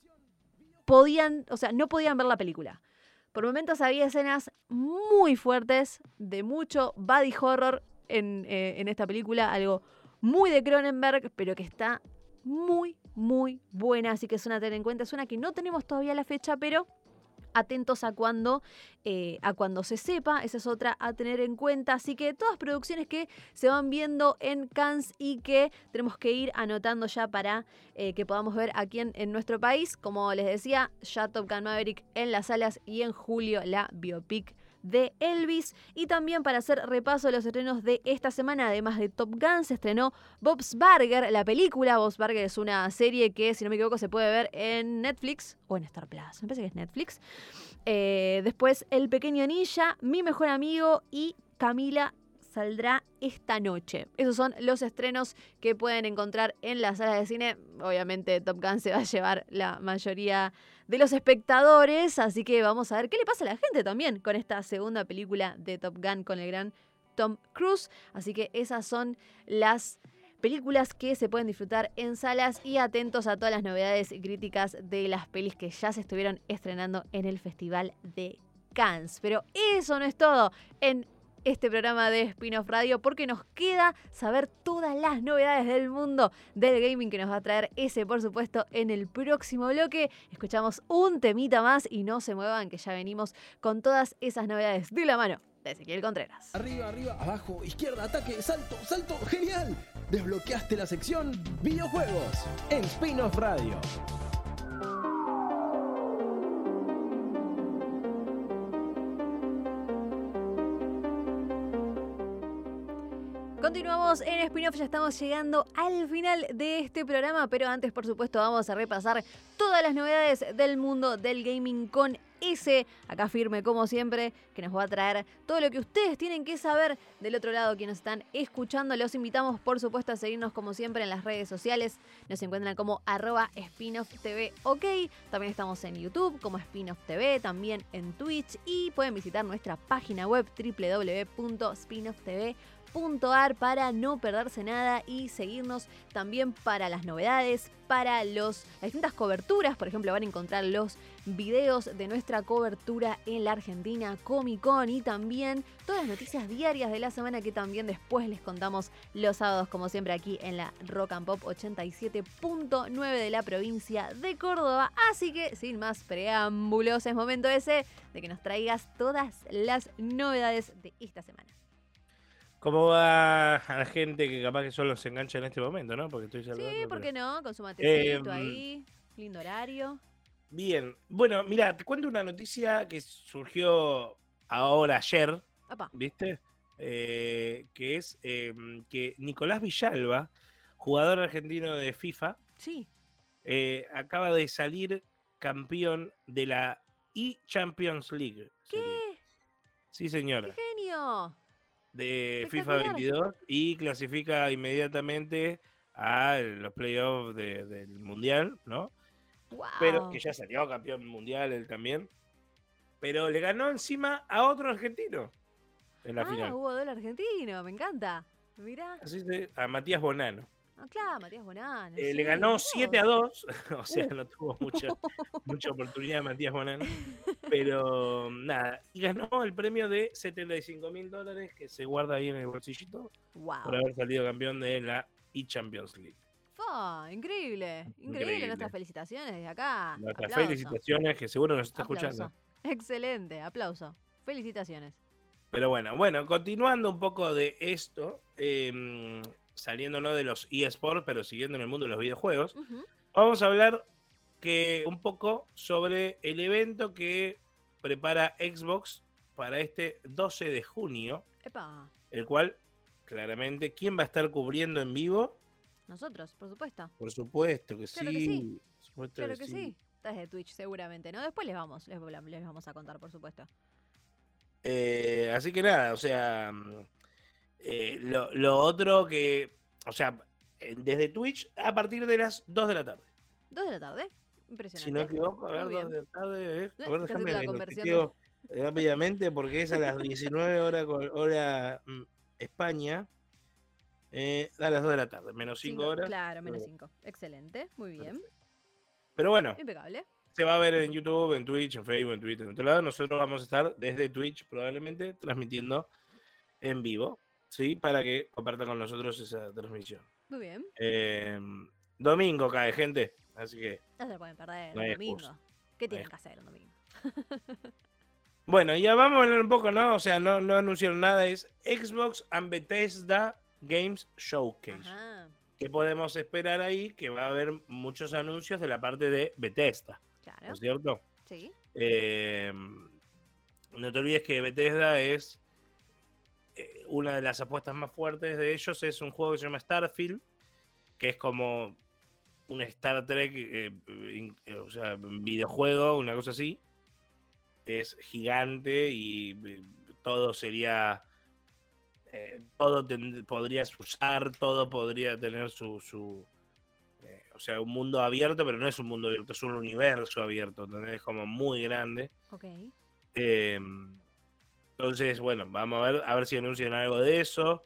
no podían ver la película. Por momentos había escenas muy fuertes de mucho body horror en esta película, algo muy de Cronenberg, pero que está muy buena, así que es una a tener en cuenta. Es una que no tenemos todavía la fecha, pero atentos a cuando se sepa. Esa es otra a tener en cuenta. Así que todas producciones que se van viendo en Cannes y que tenemos que ir anotando ya para que podamos ver aquí en nuestro país. Como les decía, ya Top Gun Maverick en las salas y en julio la biopic de Elvis. Y también para hacer repaso de los estrenos de esta semana, además de Top Gun, se estrenó Bob's Burger, la película. Bob's Burger es una serie que, si no me equivoco, se puede ver en Netflix o en Star Plus. Me parece que es Netflix. Después El Pequeño Ninja, Mi Mejor Amigo y Camila saldrá esta noche. Esos son los estrenos que pueden encontrar en las salas de cine. Obviamente Top Gun se va a llevar la mayoría de los espectadores, así que vamos a ver qué le pasa a la gente también con esta segunda película de Top Gun con el gran Tom Cruise. Así que esas son las películas que se pueden disfrutar en salas, y atentos a todas las novedades y críticas de las pelis que ya se estuvieron estrenando en el Festival de Cannes. Pero eso no es todo en este programa de Spin-off Radio, porque nos queda saber todas las novedades del mundo del gaming que nos va a traer ese, por supuesto, en el próximo bloque. Escuchamos un temita más y no se muevan, que ya venimos con todas esas novedades de la mano de Ezequiel Contreras. Arriba, arriba, abajo, izquierda, ataque, salto, salto, genial. Desbloqueaste la sección videojuegos en Spin-off Radio. Continuamos en Spin-off, ya estamos llegando al final de este programa, pero antes, por supuesto, vamos a repasar todas las novedades del mundo del gaming con ese, acá firme como siempre, que nos va a traer todo lo que ustedes tienen que saber del otro lado, quienes están escuchando. Los invitamos, por supuesto, a seguirnos como siempre en las redes sociales. Nos encuentran como @SpinOffTV, ok. También estamos en YouTube como Spin-off TV, también en Twitch, y pueden visitar nuestra página web www.spinofftv.com para no perderse nada y seguirnos también para las novedades, para las distintas coberturas. Por ejemplo, van a encontrar los videos de nuestra cobertura en la Argentina Comic Con, y también todas las noticias diarias de la semana que también después les contamos los sábados, como siempre, aquí en la Rock and Pop 87.9 de la provincia de Córdoba. Así que, sin más preámbulos, es momento ese de que nos traigas todas las novedades de esta semana. ¿Cómo va a la gente que capaz que solo se engancha en este momento, no? Porque estoy saludando. Sí, ¿por qué no? Con su matecito ahí, lindo horario. Bien. Bueno, mira, te cuento una noticia que surgió ayer, Opa. ¿viste? Que es que Nicolás Villalba, jugador argentino de FIFA, Sí. acaba de salir campeón de la eChampions League. ¿Qué? Sí, señora. ¡Qué genio! De FIFA Espectacular. 22 y clasifica inmediatamente a los playoffs del Mundial, ¿no? Wow. Pero que ya salió campeón mundial él también. Pero le ganó encima a otro argentino en la final. Hubo doble argentino, me encanta. Mirá. Así a Matías Bonano. Ah, claro, Matías Bonano. Le sí, ganó mirá 7-2, o sea, no tuvo mucha oportunidad Matías Bonano. Pero nada, y ganó el premio de $75.000 que se guarda ahí en el bolsillito Wow. por haber salido campeón de la eChampions League. Increíble. Increíble. Nuestras felicitaciones desde acá. Nuestras Aplauso. felicitaciones, que seguro nos está Aplauso. escuchando. Excelente, aplauso. Felicitaciones. Pero bueno, continuando un poco de esto, saliéndonos de los eSports, pero siguiendo en el mundo de los videojuegos, Ujú. vamos a hablar un poco sobre el evento que prepara Xbox para este 12 de junio, Epa, el cual, claramente, ¿quién va a estar cubriendo en vivo? nosotros, por supuesto. Por supuesto que Claro que sí. sí. Por supuesto Claro que sí. Estás de Twitch seguramente, ¿no? Después les vamos a contar, por supuesto. Así que nada, o sea, lo otro que, o sea, desde Twitch a partir de las 2 de la tarde. 2 de la tarde. Impresionante. Si no me equivoco, a ver, Muy 2 bien. de la tarde, a ver, Está haciendo déjame la lo conversión chequeo rápidamente porque es a las 19 hora España, a las 2 de la tarde, menos 5 horas. Claro, menos 5. Excelente, muy bien. Perfecto. Pero bueno, Impecable. se va a ver en YouTube, en Twitch, en Facebook, en Twitter, en otro lado. Nosotros vamos a estar desde Twitch probablemente transmitiendo en vivo, ¿sí? Para que compartan con nosotros esa transmisión. Muy bien. Domingo cae, gente, así que No se lo pueden perder no hay el domingo. excusa. ¿Qué No hay tienen que hacer un domingo? Bueno, ya vamos a hablar un poco, ¿no? O sea, no anunciaron nada, es Xbox and Bethesda Games Showcase. Ajá, ¿Qué podemos esperar ahí? Que va a haber muchos anuncios de la parte de Bethesda, ¿no claro. es cierto? Sí. No te olvides que Bethesda es una de las apuestas más fuertes de ellos, es un juego que se llama Starfield, que es como un Star Trek, o sea, un videojuego, una cosa así. Es gigante y todo sería... todo podrías usar, todo podría tener su o sea, un mundo abierto, pero no es un mundo abierto, es un universo abierto, ¿entendés? Es como muy grande. Ok. Entonces, bueno, vamos a ver si anuncian algo de eso.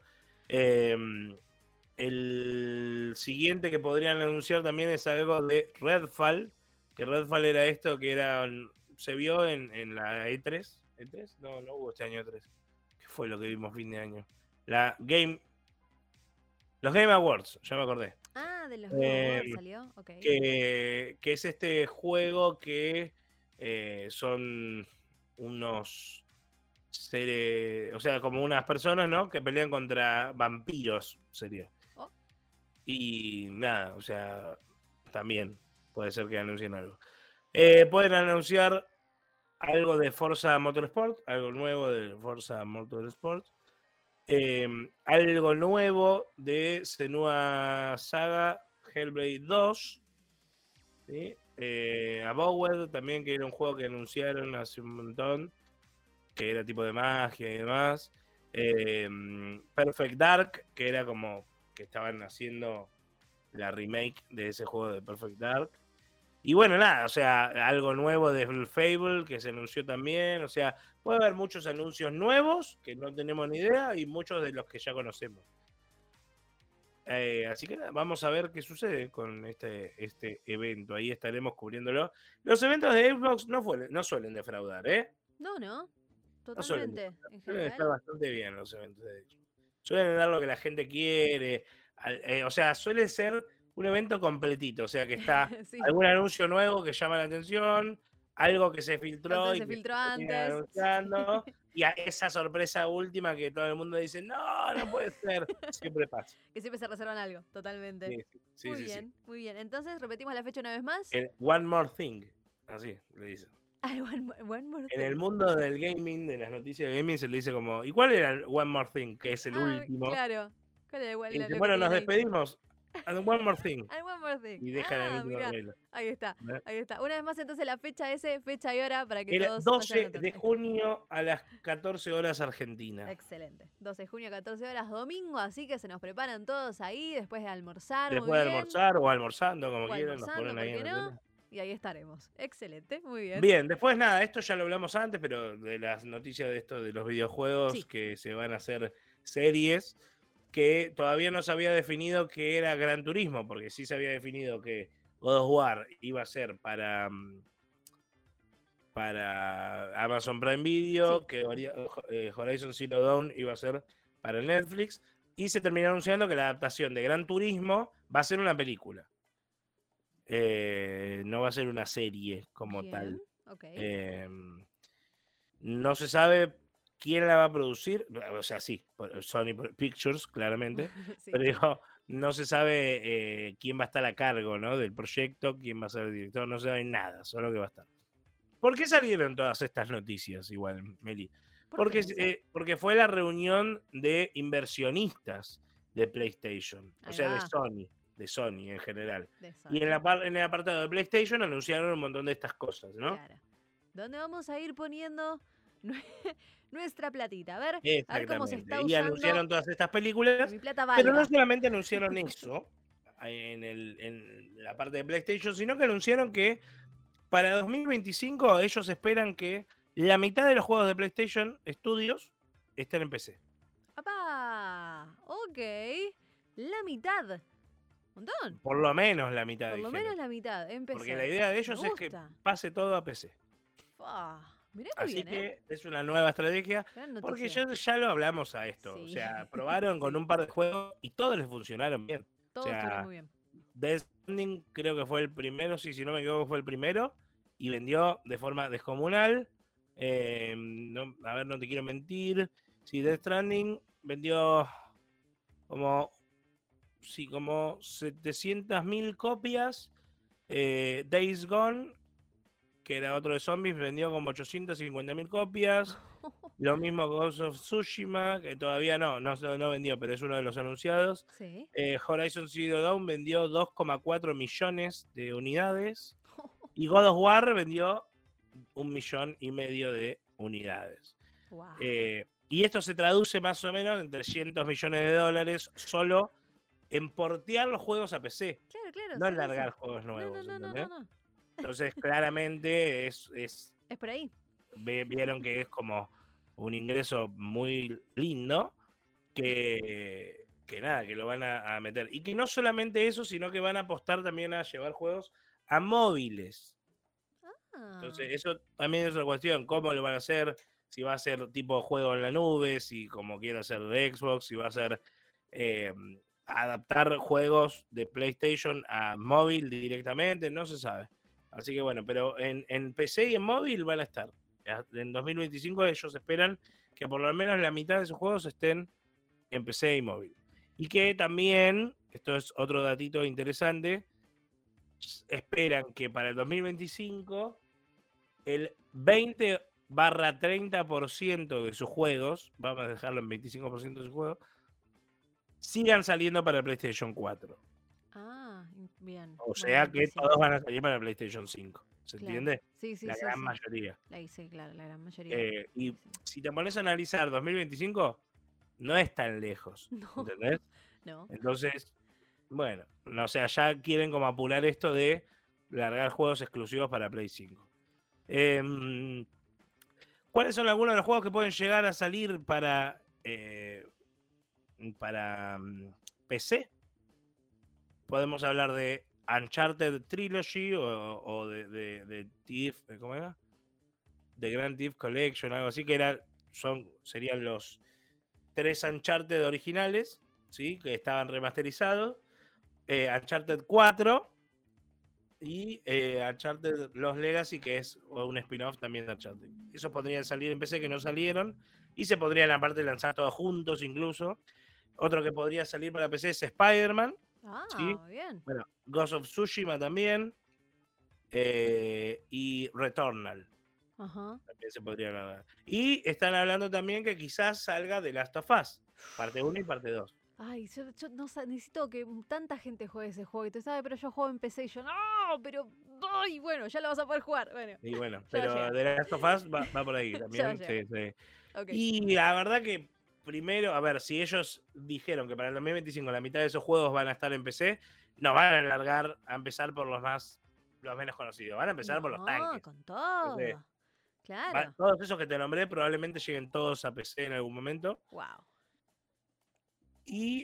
El siguiente que podrían anunciar también es algo de Redfall, que Redfall era esto que era se vio en la E3. ¿E3? No hubo este año E3. ¿Qué fue lo que vimos fin de año? Los Game Awards, ya me acordé. Ah, de los Game Awards salió. Ok. Que es este juego que son unos seres, o sea, como unas personas, ¿no? Que pelean contra vampiros, sería. Oh. Y nada, o sea, también puede ser que anuncien algo. Pueden anunciar algo de Forza Motorsport, algo nuevo de Forza Motorsport. Algo nuevo de Senua Saga Hellblade 2. ¿Sí? Abowed también, que era un juego que anunciaron hace un montón, que era tipo de magia y demás. Perfect Dark, que era como que estaban haciendo la remake de ese juego de Perfect Dark. Y bueno, nada, o sea, algo nuevo de Fable que se anunció también. O sea, puede haber muchos anuncios nuevos que no tenemos ni idea y muchos de los que ya conocemos. Así que nada, vamos a ver qué sucede con este evento. Ahí estaremos cubriéndolo. Los eventos de Xbox no suelen defraudar, ¿eh? No, No suelen totalmente. defraudar. En Suelen estar general. bastante bien los eventos de Xbox. Suelen dar lo que la gente quiere. O sea, suele ser un evento completito. O sea, que está Sí. algún anuncio nuevo que llama la atención, algo que se filtró Otro y se que filtró se termina antes. anunciando, y a esa sorpresa última que todo el mundo dice, no puede ser, siempre pasa. Que siempre se reservan algo, totalmente. Sí, Muy sí, bien, sí. muy bien. Entonces, repetimos la fecha una vez más. El One More Thing, así le dicen. One more En el thing. mundo del gaming, de las noticias de gaming, se le dice como, ¿y cuál era el One More Thing? Que es el último. Claro. ¿Cuál es Y dice, lo que bueno, nos tenían ahí? despedimos. And one more thing. One more thing. Y dejan el último Mira. regalo. Ahí está, ¿Ve? ahí está. Una vez más, entonces, la fecha fecha y hora para que Era todos 12 vayan de anotando. junio a las 14 horas Argentina. Excelente. 12 de junio, 14 horas, domingo, así que se nos preparan todos ahí después de almorzar. Después muy de bien. almorzar o almorzando, como O quieran, nos almorzando, ponen ¿por ahí qué en la no? tele. Y ahí estaremos. Excelente, muy bien. Bien, después nada, esto ya lo hablamos antes, pero de las noticias de esto de los videojuegos Sí. que se van a hacer series, que todavía no se había definido que era Gran Turismo, porque sí se había definido que God of War iba a ser para Amazon Prime Video, Sí. que Horizon Zero Dawn iba a ser para Netflix, y se terminó anunciando que la adaptación de Gran Turismo va a ser una película. No va a ser una serie como Bien, tal. ok. No se sabe quién la va a producir, o sea, sí, Sony Pictures, claramente, Sí. pero digo, no se sabe quién va a estar a cargo, ¿no? Del proyecto, quién va a ser el director, no se sabe nada, solo que va a estar. ¿Por qué salieron todas estas noticias igual, Meli? ¿Por qué? Porque fue la reunión de inversionistas de PlayStation, o Ahí sea, va. de Sony en general. De Sony. Y en el apartado de PlayStation anunciaron un montón de estas cosas, ¿no? Claro. ¿Dónde vamos a ir poniendo nuestra platita? A ver cómo se está Y usando. anunciaron todas estas Que películas, mi plata pero valga. no solamente anunciaron eso en la parte de PlayStation, sino que anunciaron que para 2025 ellos esperan que la mitad de los juegos de PlayStation Studios estén en PC. ¡Papá! Ok. La mitad. Montón. Por lo menos la mitad. Por lo dijeron. menos la mitad. Empecé. Porque la idea de ellos Me es que gusta. pase todo a PC. Mirá qué Así bien, que es una nueva estrategia. Gran Porque noticia. ya lo hablamos a esto. Sí. O sea, probaron con un par de juegos y todos les funcionaron bien. Todo o sea, estuvo muy bien. Death Stranding creo que fue el primero, sí, si no me equivoco fue el primero. y vendió de forma descomunal. A ver, no te quiero mentir. Sí, Death Stranding vendió como 700.000 copias. Days Gone, que era otro de zombies, vendió como 850.000 copias. Lo mismo Ghost of Tsushima, que todavía no vendió, pero es uno de los anunciados. Sí. Horizon Zero Dawn vendió 2,4 millones de unidades. Y God of War vendió 1,5 millones de unidades. Wow. Y esto se traduce más o menos en 300 millones de dólares solo en portear los juegos a PC. Claro. No en largar juegos nuevos. No. Entonces, claramente es por ahí. Vieron que es como un ingreso muy lindo que nada, que lo van a meter. Y que no solamente eso, sino que van a apostar también a llevar juegos a móviles. Entonces, eso también es otra cuestión. ¿Cómo lo van a hacer? Si va a ser tipo juego en la nube, si como quiere hacer de Xbox, si va a ser adaptar juegos de PlayStation a móvil directamente, no se sabe. Así que bueno, pero en PC y en móvil van a estar. En 2025 ellos esperan que por lo menos la mitad de sus juegos estén en PC y móvil. Y que también, esto es otro datito interesante, esperan que para el 2025 el 20-30% de sus juegos, vamos a dejarlo en 25% de sus juegos, sigan saliendo para PlayStation 4. Ah, bien. O sea que sí. todos van a salir para PlayStation 5. ¿Se entiende? Sí, la gran mayoría. Sí, claro, la gran mayoría. Y si te pones a analizar 2025, no es tan lejos. No. ¿Entendés? No. Entonces, bueno, o sea, ya quieren como apurar esto de largar juegos exclusivos para Play 5. ¿Cuáles son algunos de los juegos que pueden llegar a salir para PC? Podemos hablar de Uncharted Trilogy o de Thief, ¿cómo era? De Grand Theft Collection, algo así, que serían los 3 Uncharted originales, ¿sí? Que estaban remasterizados. Uncharted 4 y Uncharted Lost Legacy, que es un spin-off también de Uncharted. Esos podrían salir en PC, que no salieron, y se podrían aparte lanzar todos juntos incluso. Otro que podría salir para PC es Spider-Man. Ah, ¿sí? bien. Bueno, Ghost of Tsushima también. Y Returnal. Ajá. También se podría hablar. Y están hablando también que quizás salga The Last of Us, parte 1 y parte 2. Ay, yo no necesito que tanta gente juegue ese juego. Y tú sabes, pero yo juego en PC y yo, no, pero, ay, bueno, ya lo vas a poder jugar. Bueno, Y bueno, Ya pero The Last of Us va por ahí también. Ya Sí. ok. Y la verdad que primero, a ver, si ellos dijeron que para el 2025 la mitad de esos juegos van a estar en PC, no van a alargar a empezar por los menos conocidos, van a empezar por los tanques. Con todo. Entonces, Claro. todos esos que te nombré probablemente lleguen todos a PC en algún momento. Wow. Y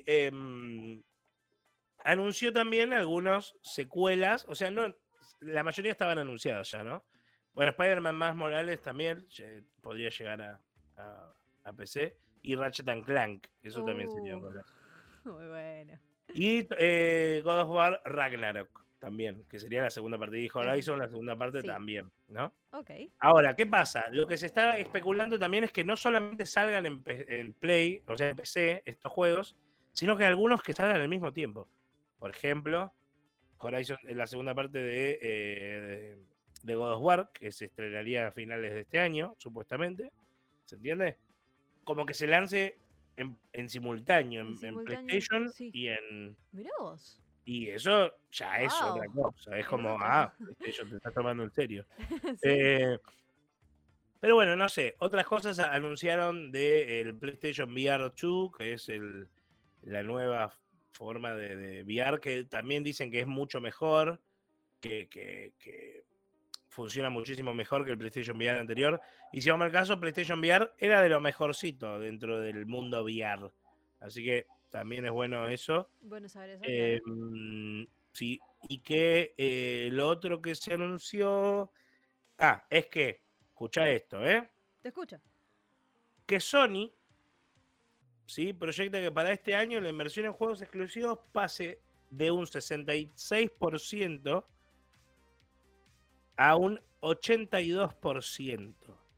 anunció también algunas secuelas, o sea, no, la mayoría estaban anunciadas ya, ¿no? Bueno, Spider-Man más Morales también podría llegar a PC. Y Ratchet and Clank, eso también sería un golazo. Muy bueno. Y God of War Ragnarok también, que sería la segunda parte. Y Horizon, la segunda parte también, ¿no? Ok. Ahora, ¿qué pasa? Lo que se está especulando también es que no solamente salgan en Play, o sea, en PC, estos juegos, sino que algunos que salgan al mismo tiempo. Por ejemplo, Horizon, la segunda parte de God of War, que se estrenaría a finales de este año, supuestamente. ¿Se entiende? Como que se lance en simultáneo, en PlayStation y en... Mirá vos. Y eso ya es otra cosa. Es como, PlayStation te está tomando en serio. Sí. Pero bueno, no sé. Otras cosas anunciaron del PlayStation VR 2, que es la nueva forma de VR, que también dicen que es mucho mejor, que funciona muchísimo mejor que el PlayStation VR anterior. Y si vamos al caso, PlayStation VR era de lo mejorcito dentro del mundo VR. Así que también es bueno eso. Bueno saber eso. Sí, y que lo otro que se anunció... es que, escucha esto, Te escucho. Que Sony, ¿sí? Proyecta que para este año la inversión en juegos exclusivos pase de un 66% a un 82%.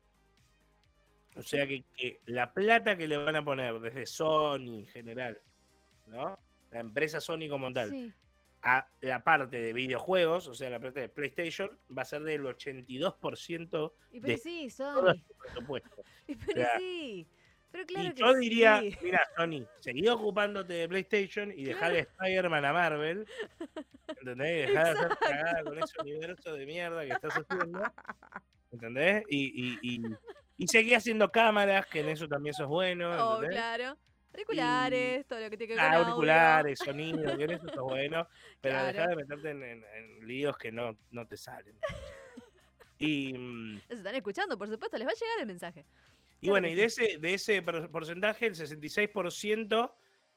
O sea que la plata que le van a poner desde Sony en general, ¿no? La empresa Sony como tal, Sí. a la parte de videojuegos, o sea, la parte de PlayStation, va a ser del 82% Y pero de sí, todo Sony. este presupuesto. Y pero sea, sí. Pero claro Y que yo diría, sí. mira, Sony, seguí ocupándote de PlayStation y dejá de Spider-Man a Marvel, ¿entendés? Y dejá de hacer cagada con ese universo de mierda que estás haciendo, ¿entendés? Y seguí haciendo cámaras, que en eso también sos bueno, Oh, ¿entendés? claro. Y Auriculares, todo lo que tiene que ver con audio. auriculares, sonido, que en eso sos bueno, pero dejá Claro. de meterte en líos que no te salen. Y, Se están escuchando, por supuesto, les va a llegar el mensaje. y Claro bueno, que y sí. de ese porcentaje, el 66%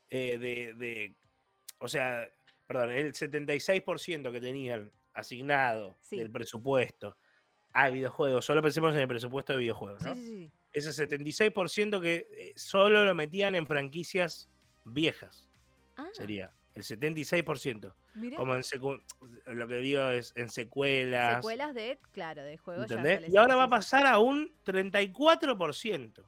o sea, perdón, el 76% que tenían asignado Sí. del presupuesto a videojuegos, solo pensemos en el presupuesto de videojuegos, Sí, ¿no? sí, sí. Ese 76% que solo lo metían en franquicias viejas, Ah, sería el 76%. mira. Como en lo que digo es en secuelas, Secuelas de, claro, de juegos ya ¿entendés? Y establecidos. ahora va a Sí, sí. pasar a un 34%.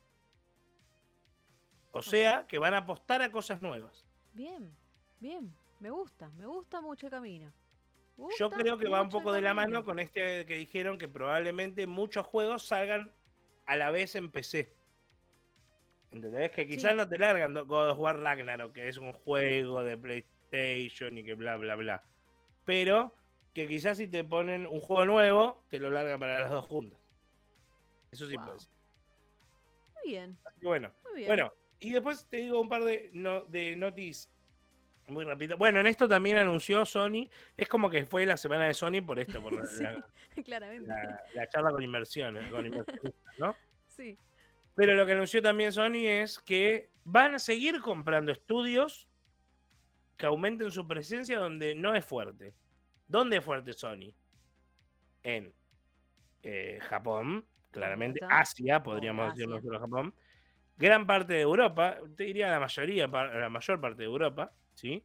O sea, que van a apostar a cosas nuevas. Bien, bien. Me gusta mucho el camino. Yo Gusta creo que va un mucho el poco de la camino. mano con este que dijeron que probablemente muchos juegos salgan a la vez en PC. ¿Entendés? Que quizás Sí. no te largan God of War Ragnarok, que es un juego de PlayStation y que bla, bla, bla. Pero que quizás si te ponen un juego nuevo, te lo largan para las dos juntas. Eso sí Wow. puede ser. Muy bien, Así que bueno. muy bien. Bueno, y después te digo un par de noticias muy rápido. Bueno, en esto también anunció Sony. Es como que fue la semana de Sony por esto, por Sí, claramente. la charla con inversiones, con inversionistas, ¿no? Sí. Pero lo que anunció también Sony es que van a seguir comprando estudios que aumenten su presencia donde no es fuerte. ¿Dónde es fuerte Sony? En Japón, claramente. Correcto. Asia, podríamos decir Asia. nosotros Japón. Gran parte de Europa, te diría la mayor parte de Europa, ¿sí?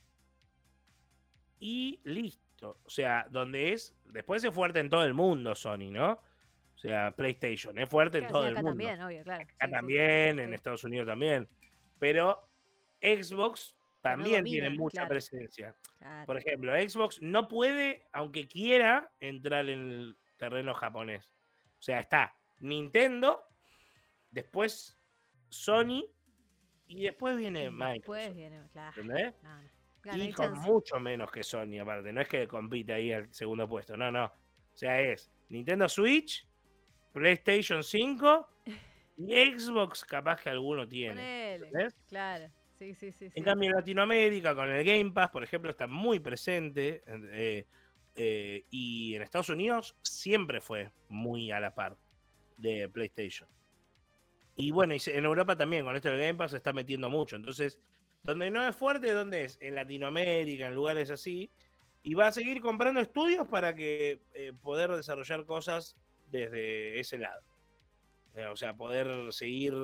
Y listo. O sea, donde es. Después es fuerte en todo el mundo, Sony, ¿no? O sea, PlayStation es fuerte en Claro, todo sí, el acá mundo. también, obvio, claro. Acá Sí, sí. también, en Sí. Estados Unidos también. Pero Xbox Pero no también tiene dominan, mucha claro. presencia. Claro. Por ejemplo, Xbox no puede, aunque quiera, entrar en el terreno japonés. O sea, está Nintendo, después Sony y después viene Microsoft. Después viene, claro. ¿Entendés? No, no. Claro, no Y hay con chance. mucho menos que Sony, aparte. No es que compite ahí al segundo puesto. No, no. O sea, es Nintendo Switch, PlayStation 5 y Xbox, capaz que alguno tiene. Ponele. ¿Entendés? Claro. Sí, sí, sí. En Sí. cambio, en Latinoamérica, con el Game Pass, por ejemplo, está muy presente. Y en Estados Unidos siempre fue muy a la par de PlayStation. Y bueno, en Europa también, con esto del Game Pass, se está metiendo mucho. Entonces, donde no es fuerte, ¿dónde es? En Latinoamérica, en lugares así. Y va a seguir comprando estudios para que poder desarrollar cosas desde ese lado. O sea, poder seguir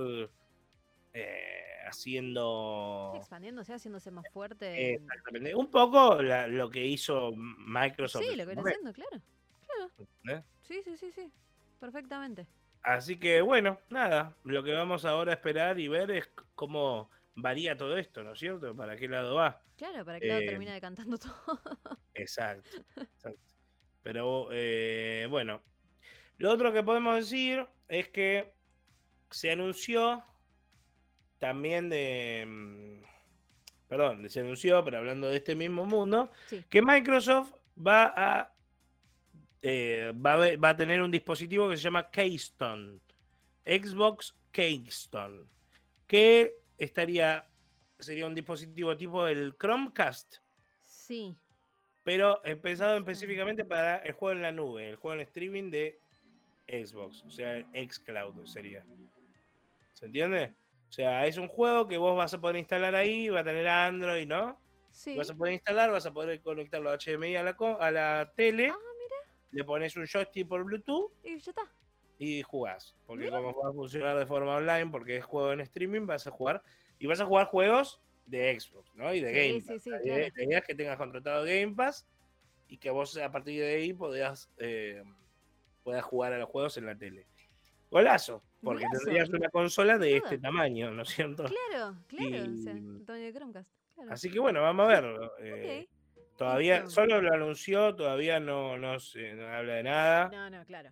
haciendo... Expandiéndose, haciéndose más fuerte. Exactamente. Un poco lo que hizo Microsoft. Sí, en lo su que viene momento, haciendo, claro. Claro. ¿eh? Sí, sí, sí, sí. Perfectamente. Así que bueno, nada, lo que vamos ahora a esperar y ver es cómo varía todo esto, ¿no es cierto? ¿Para qué lado va? Claro, para que lado termina decantando todo. Exacto, exacto. Pero bueno, lo otro que podemos decir es que se anunció también perdón, se anunció, pero hablando de este mismo mundo, Sí. que Microsoft va a tener un dispositivo que se llama Keystone, Xbox Keystone, que sería un dispositivo tipo el Chromecast, Sí. pero pensado específicamente para el juego en la nube, el juego en streaming de Xbox, o sea, xCloud sería. ¿Se entiende? O sea, es un juego que vos vas a poder instalar ahí, va a tener Android, ¿no? Sí. Vas a poder instalar, vas a poder conectarlo a HDMI a la tele, le pones un joystick por Bluetooth Y ya está. y jugás. Porque como va a funcionar de forma online, porque es juego en streaming, vas a jugar juegos de Xbox, ¿no? Y de Sí, Game sí, Pass. sí, La claro. idea es que tengas contratado Game Pass y que vos a partir de ahí puedas jugar a los juegos en la tele. Golazo, porque Golazo. tendrías una consola de Sin este duda. tamaño, ¿no es cierto? Claro, Y- o sea, tamaño de Chromecast. Claro. Así que bueno, vamos a ver. Ok. Todavía, Listo. solo lo anunció, todavía no habla de nada. No, claro.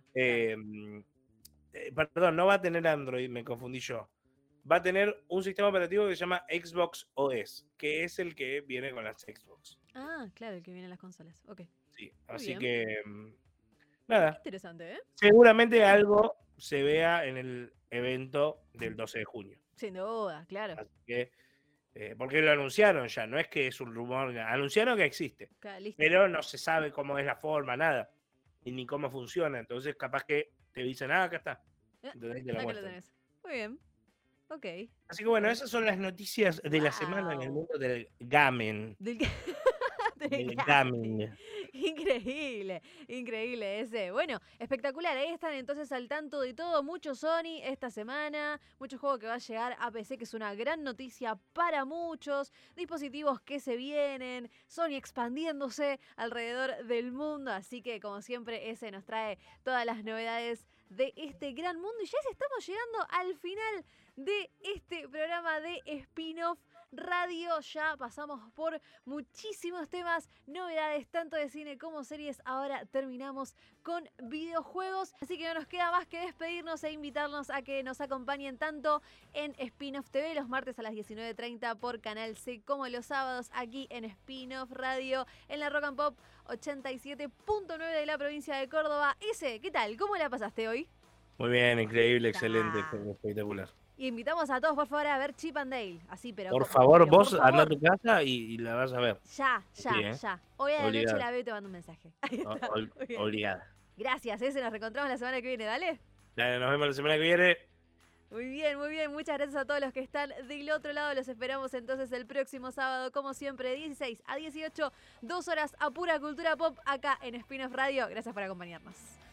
Perdón, no va a tener Android, me confundí yo. Va a tener un sistema operativo que se llama Xbox OS, que es el que viene con las Xbox. Ah, claro, el que viene en las consolas. Ok. Sí, así bien. que Qué nada, interesante, ¿eh? seguramente algo se vea en el evento del 12 de junio. Sin duda, claro. Así que, porque lo anunciaron ya, no es que es un rumor, anunciaron que existe, Listo. pero no se sabe cómo es la forma, nada, y ni cómo funciona. Entonces, capaz que te dicen, acá está. Entonces te lo Acá lo muestran. tenés. Muy bien. Ok. Así que bueno, esas son las noticias de la semana en el Wow. mundo del gamen. Del Del gaming. gaming. Increíble, increíble ese. Bueno, espectacular. Ahí están entonces al tanto de todo. Mucho Sony esta semana, mucho juego que va a llegar a PC, que es una gran noticia para muchos. Dispositivos que se vienen, Sony expandiéndose alrededor del mundo. Así que, como siempre, ese nos trae todas las novedades de este gran mundo. Y ya estamos llegando al final de este programa de Spin-Off Radio. Ya pasamos por muchísimos temas, novedades tanto de cine como series. Ahora terminamos con videojuegos, así que no nos queda más que despedirnos e invitarnos a que nos acompañen tanto en Spin-Off TV los martes a las 19:30 por Canal C, como los sábados aquí en Spin-Off Radio en la Rock and Pop 87.9 de la provincia de Córdoba. ¿Qué tal? ¿Cómo la pasaste hoy? Muy bien, increíble, excelente, Ah. espectacular. Y invitamos a todos, por favor, a ver Chip and Dale. Así, pero Por favor, pero vos por anda a favor. tu casa y la vas a ver. Ya. Sí, Ya. Hoy a la noche Obligado. la veo y te mando un mensaje. Ahí está. Muy bien. Obligada. Gracias, se nos reencontramos la semana que viene, dale. Dale, nos vemos la semana que viene. Muy bien. Muchas gracias a todos los que están del otro lado. Los esperamos entonces el próximo sábado, como siempre, de 16 a 18, 2 horas a pura cultura pop acá en Spin-Off Radio. Gracias por acompañarnos.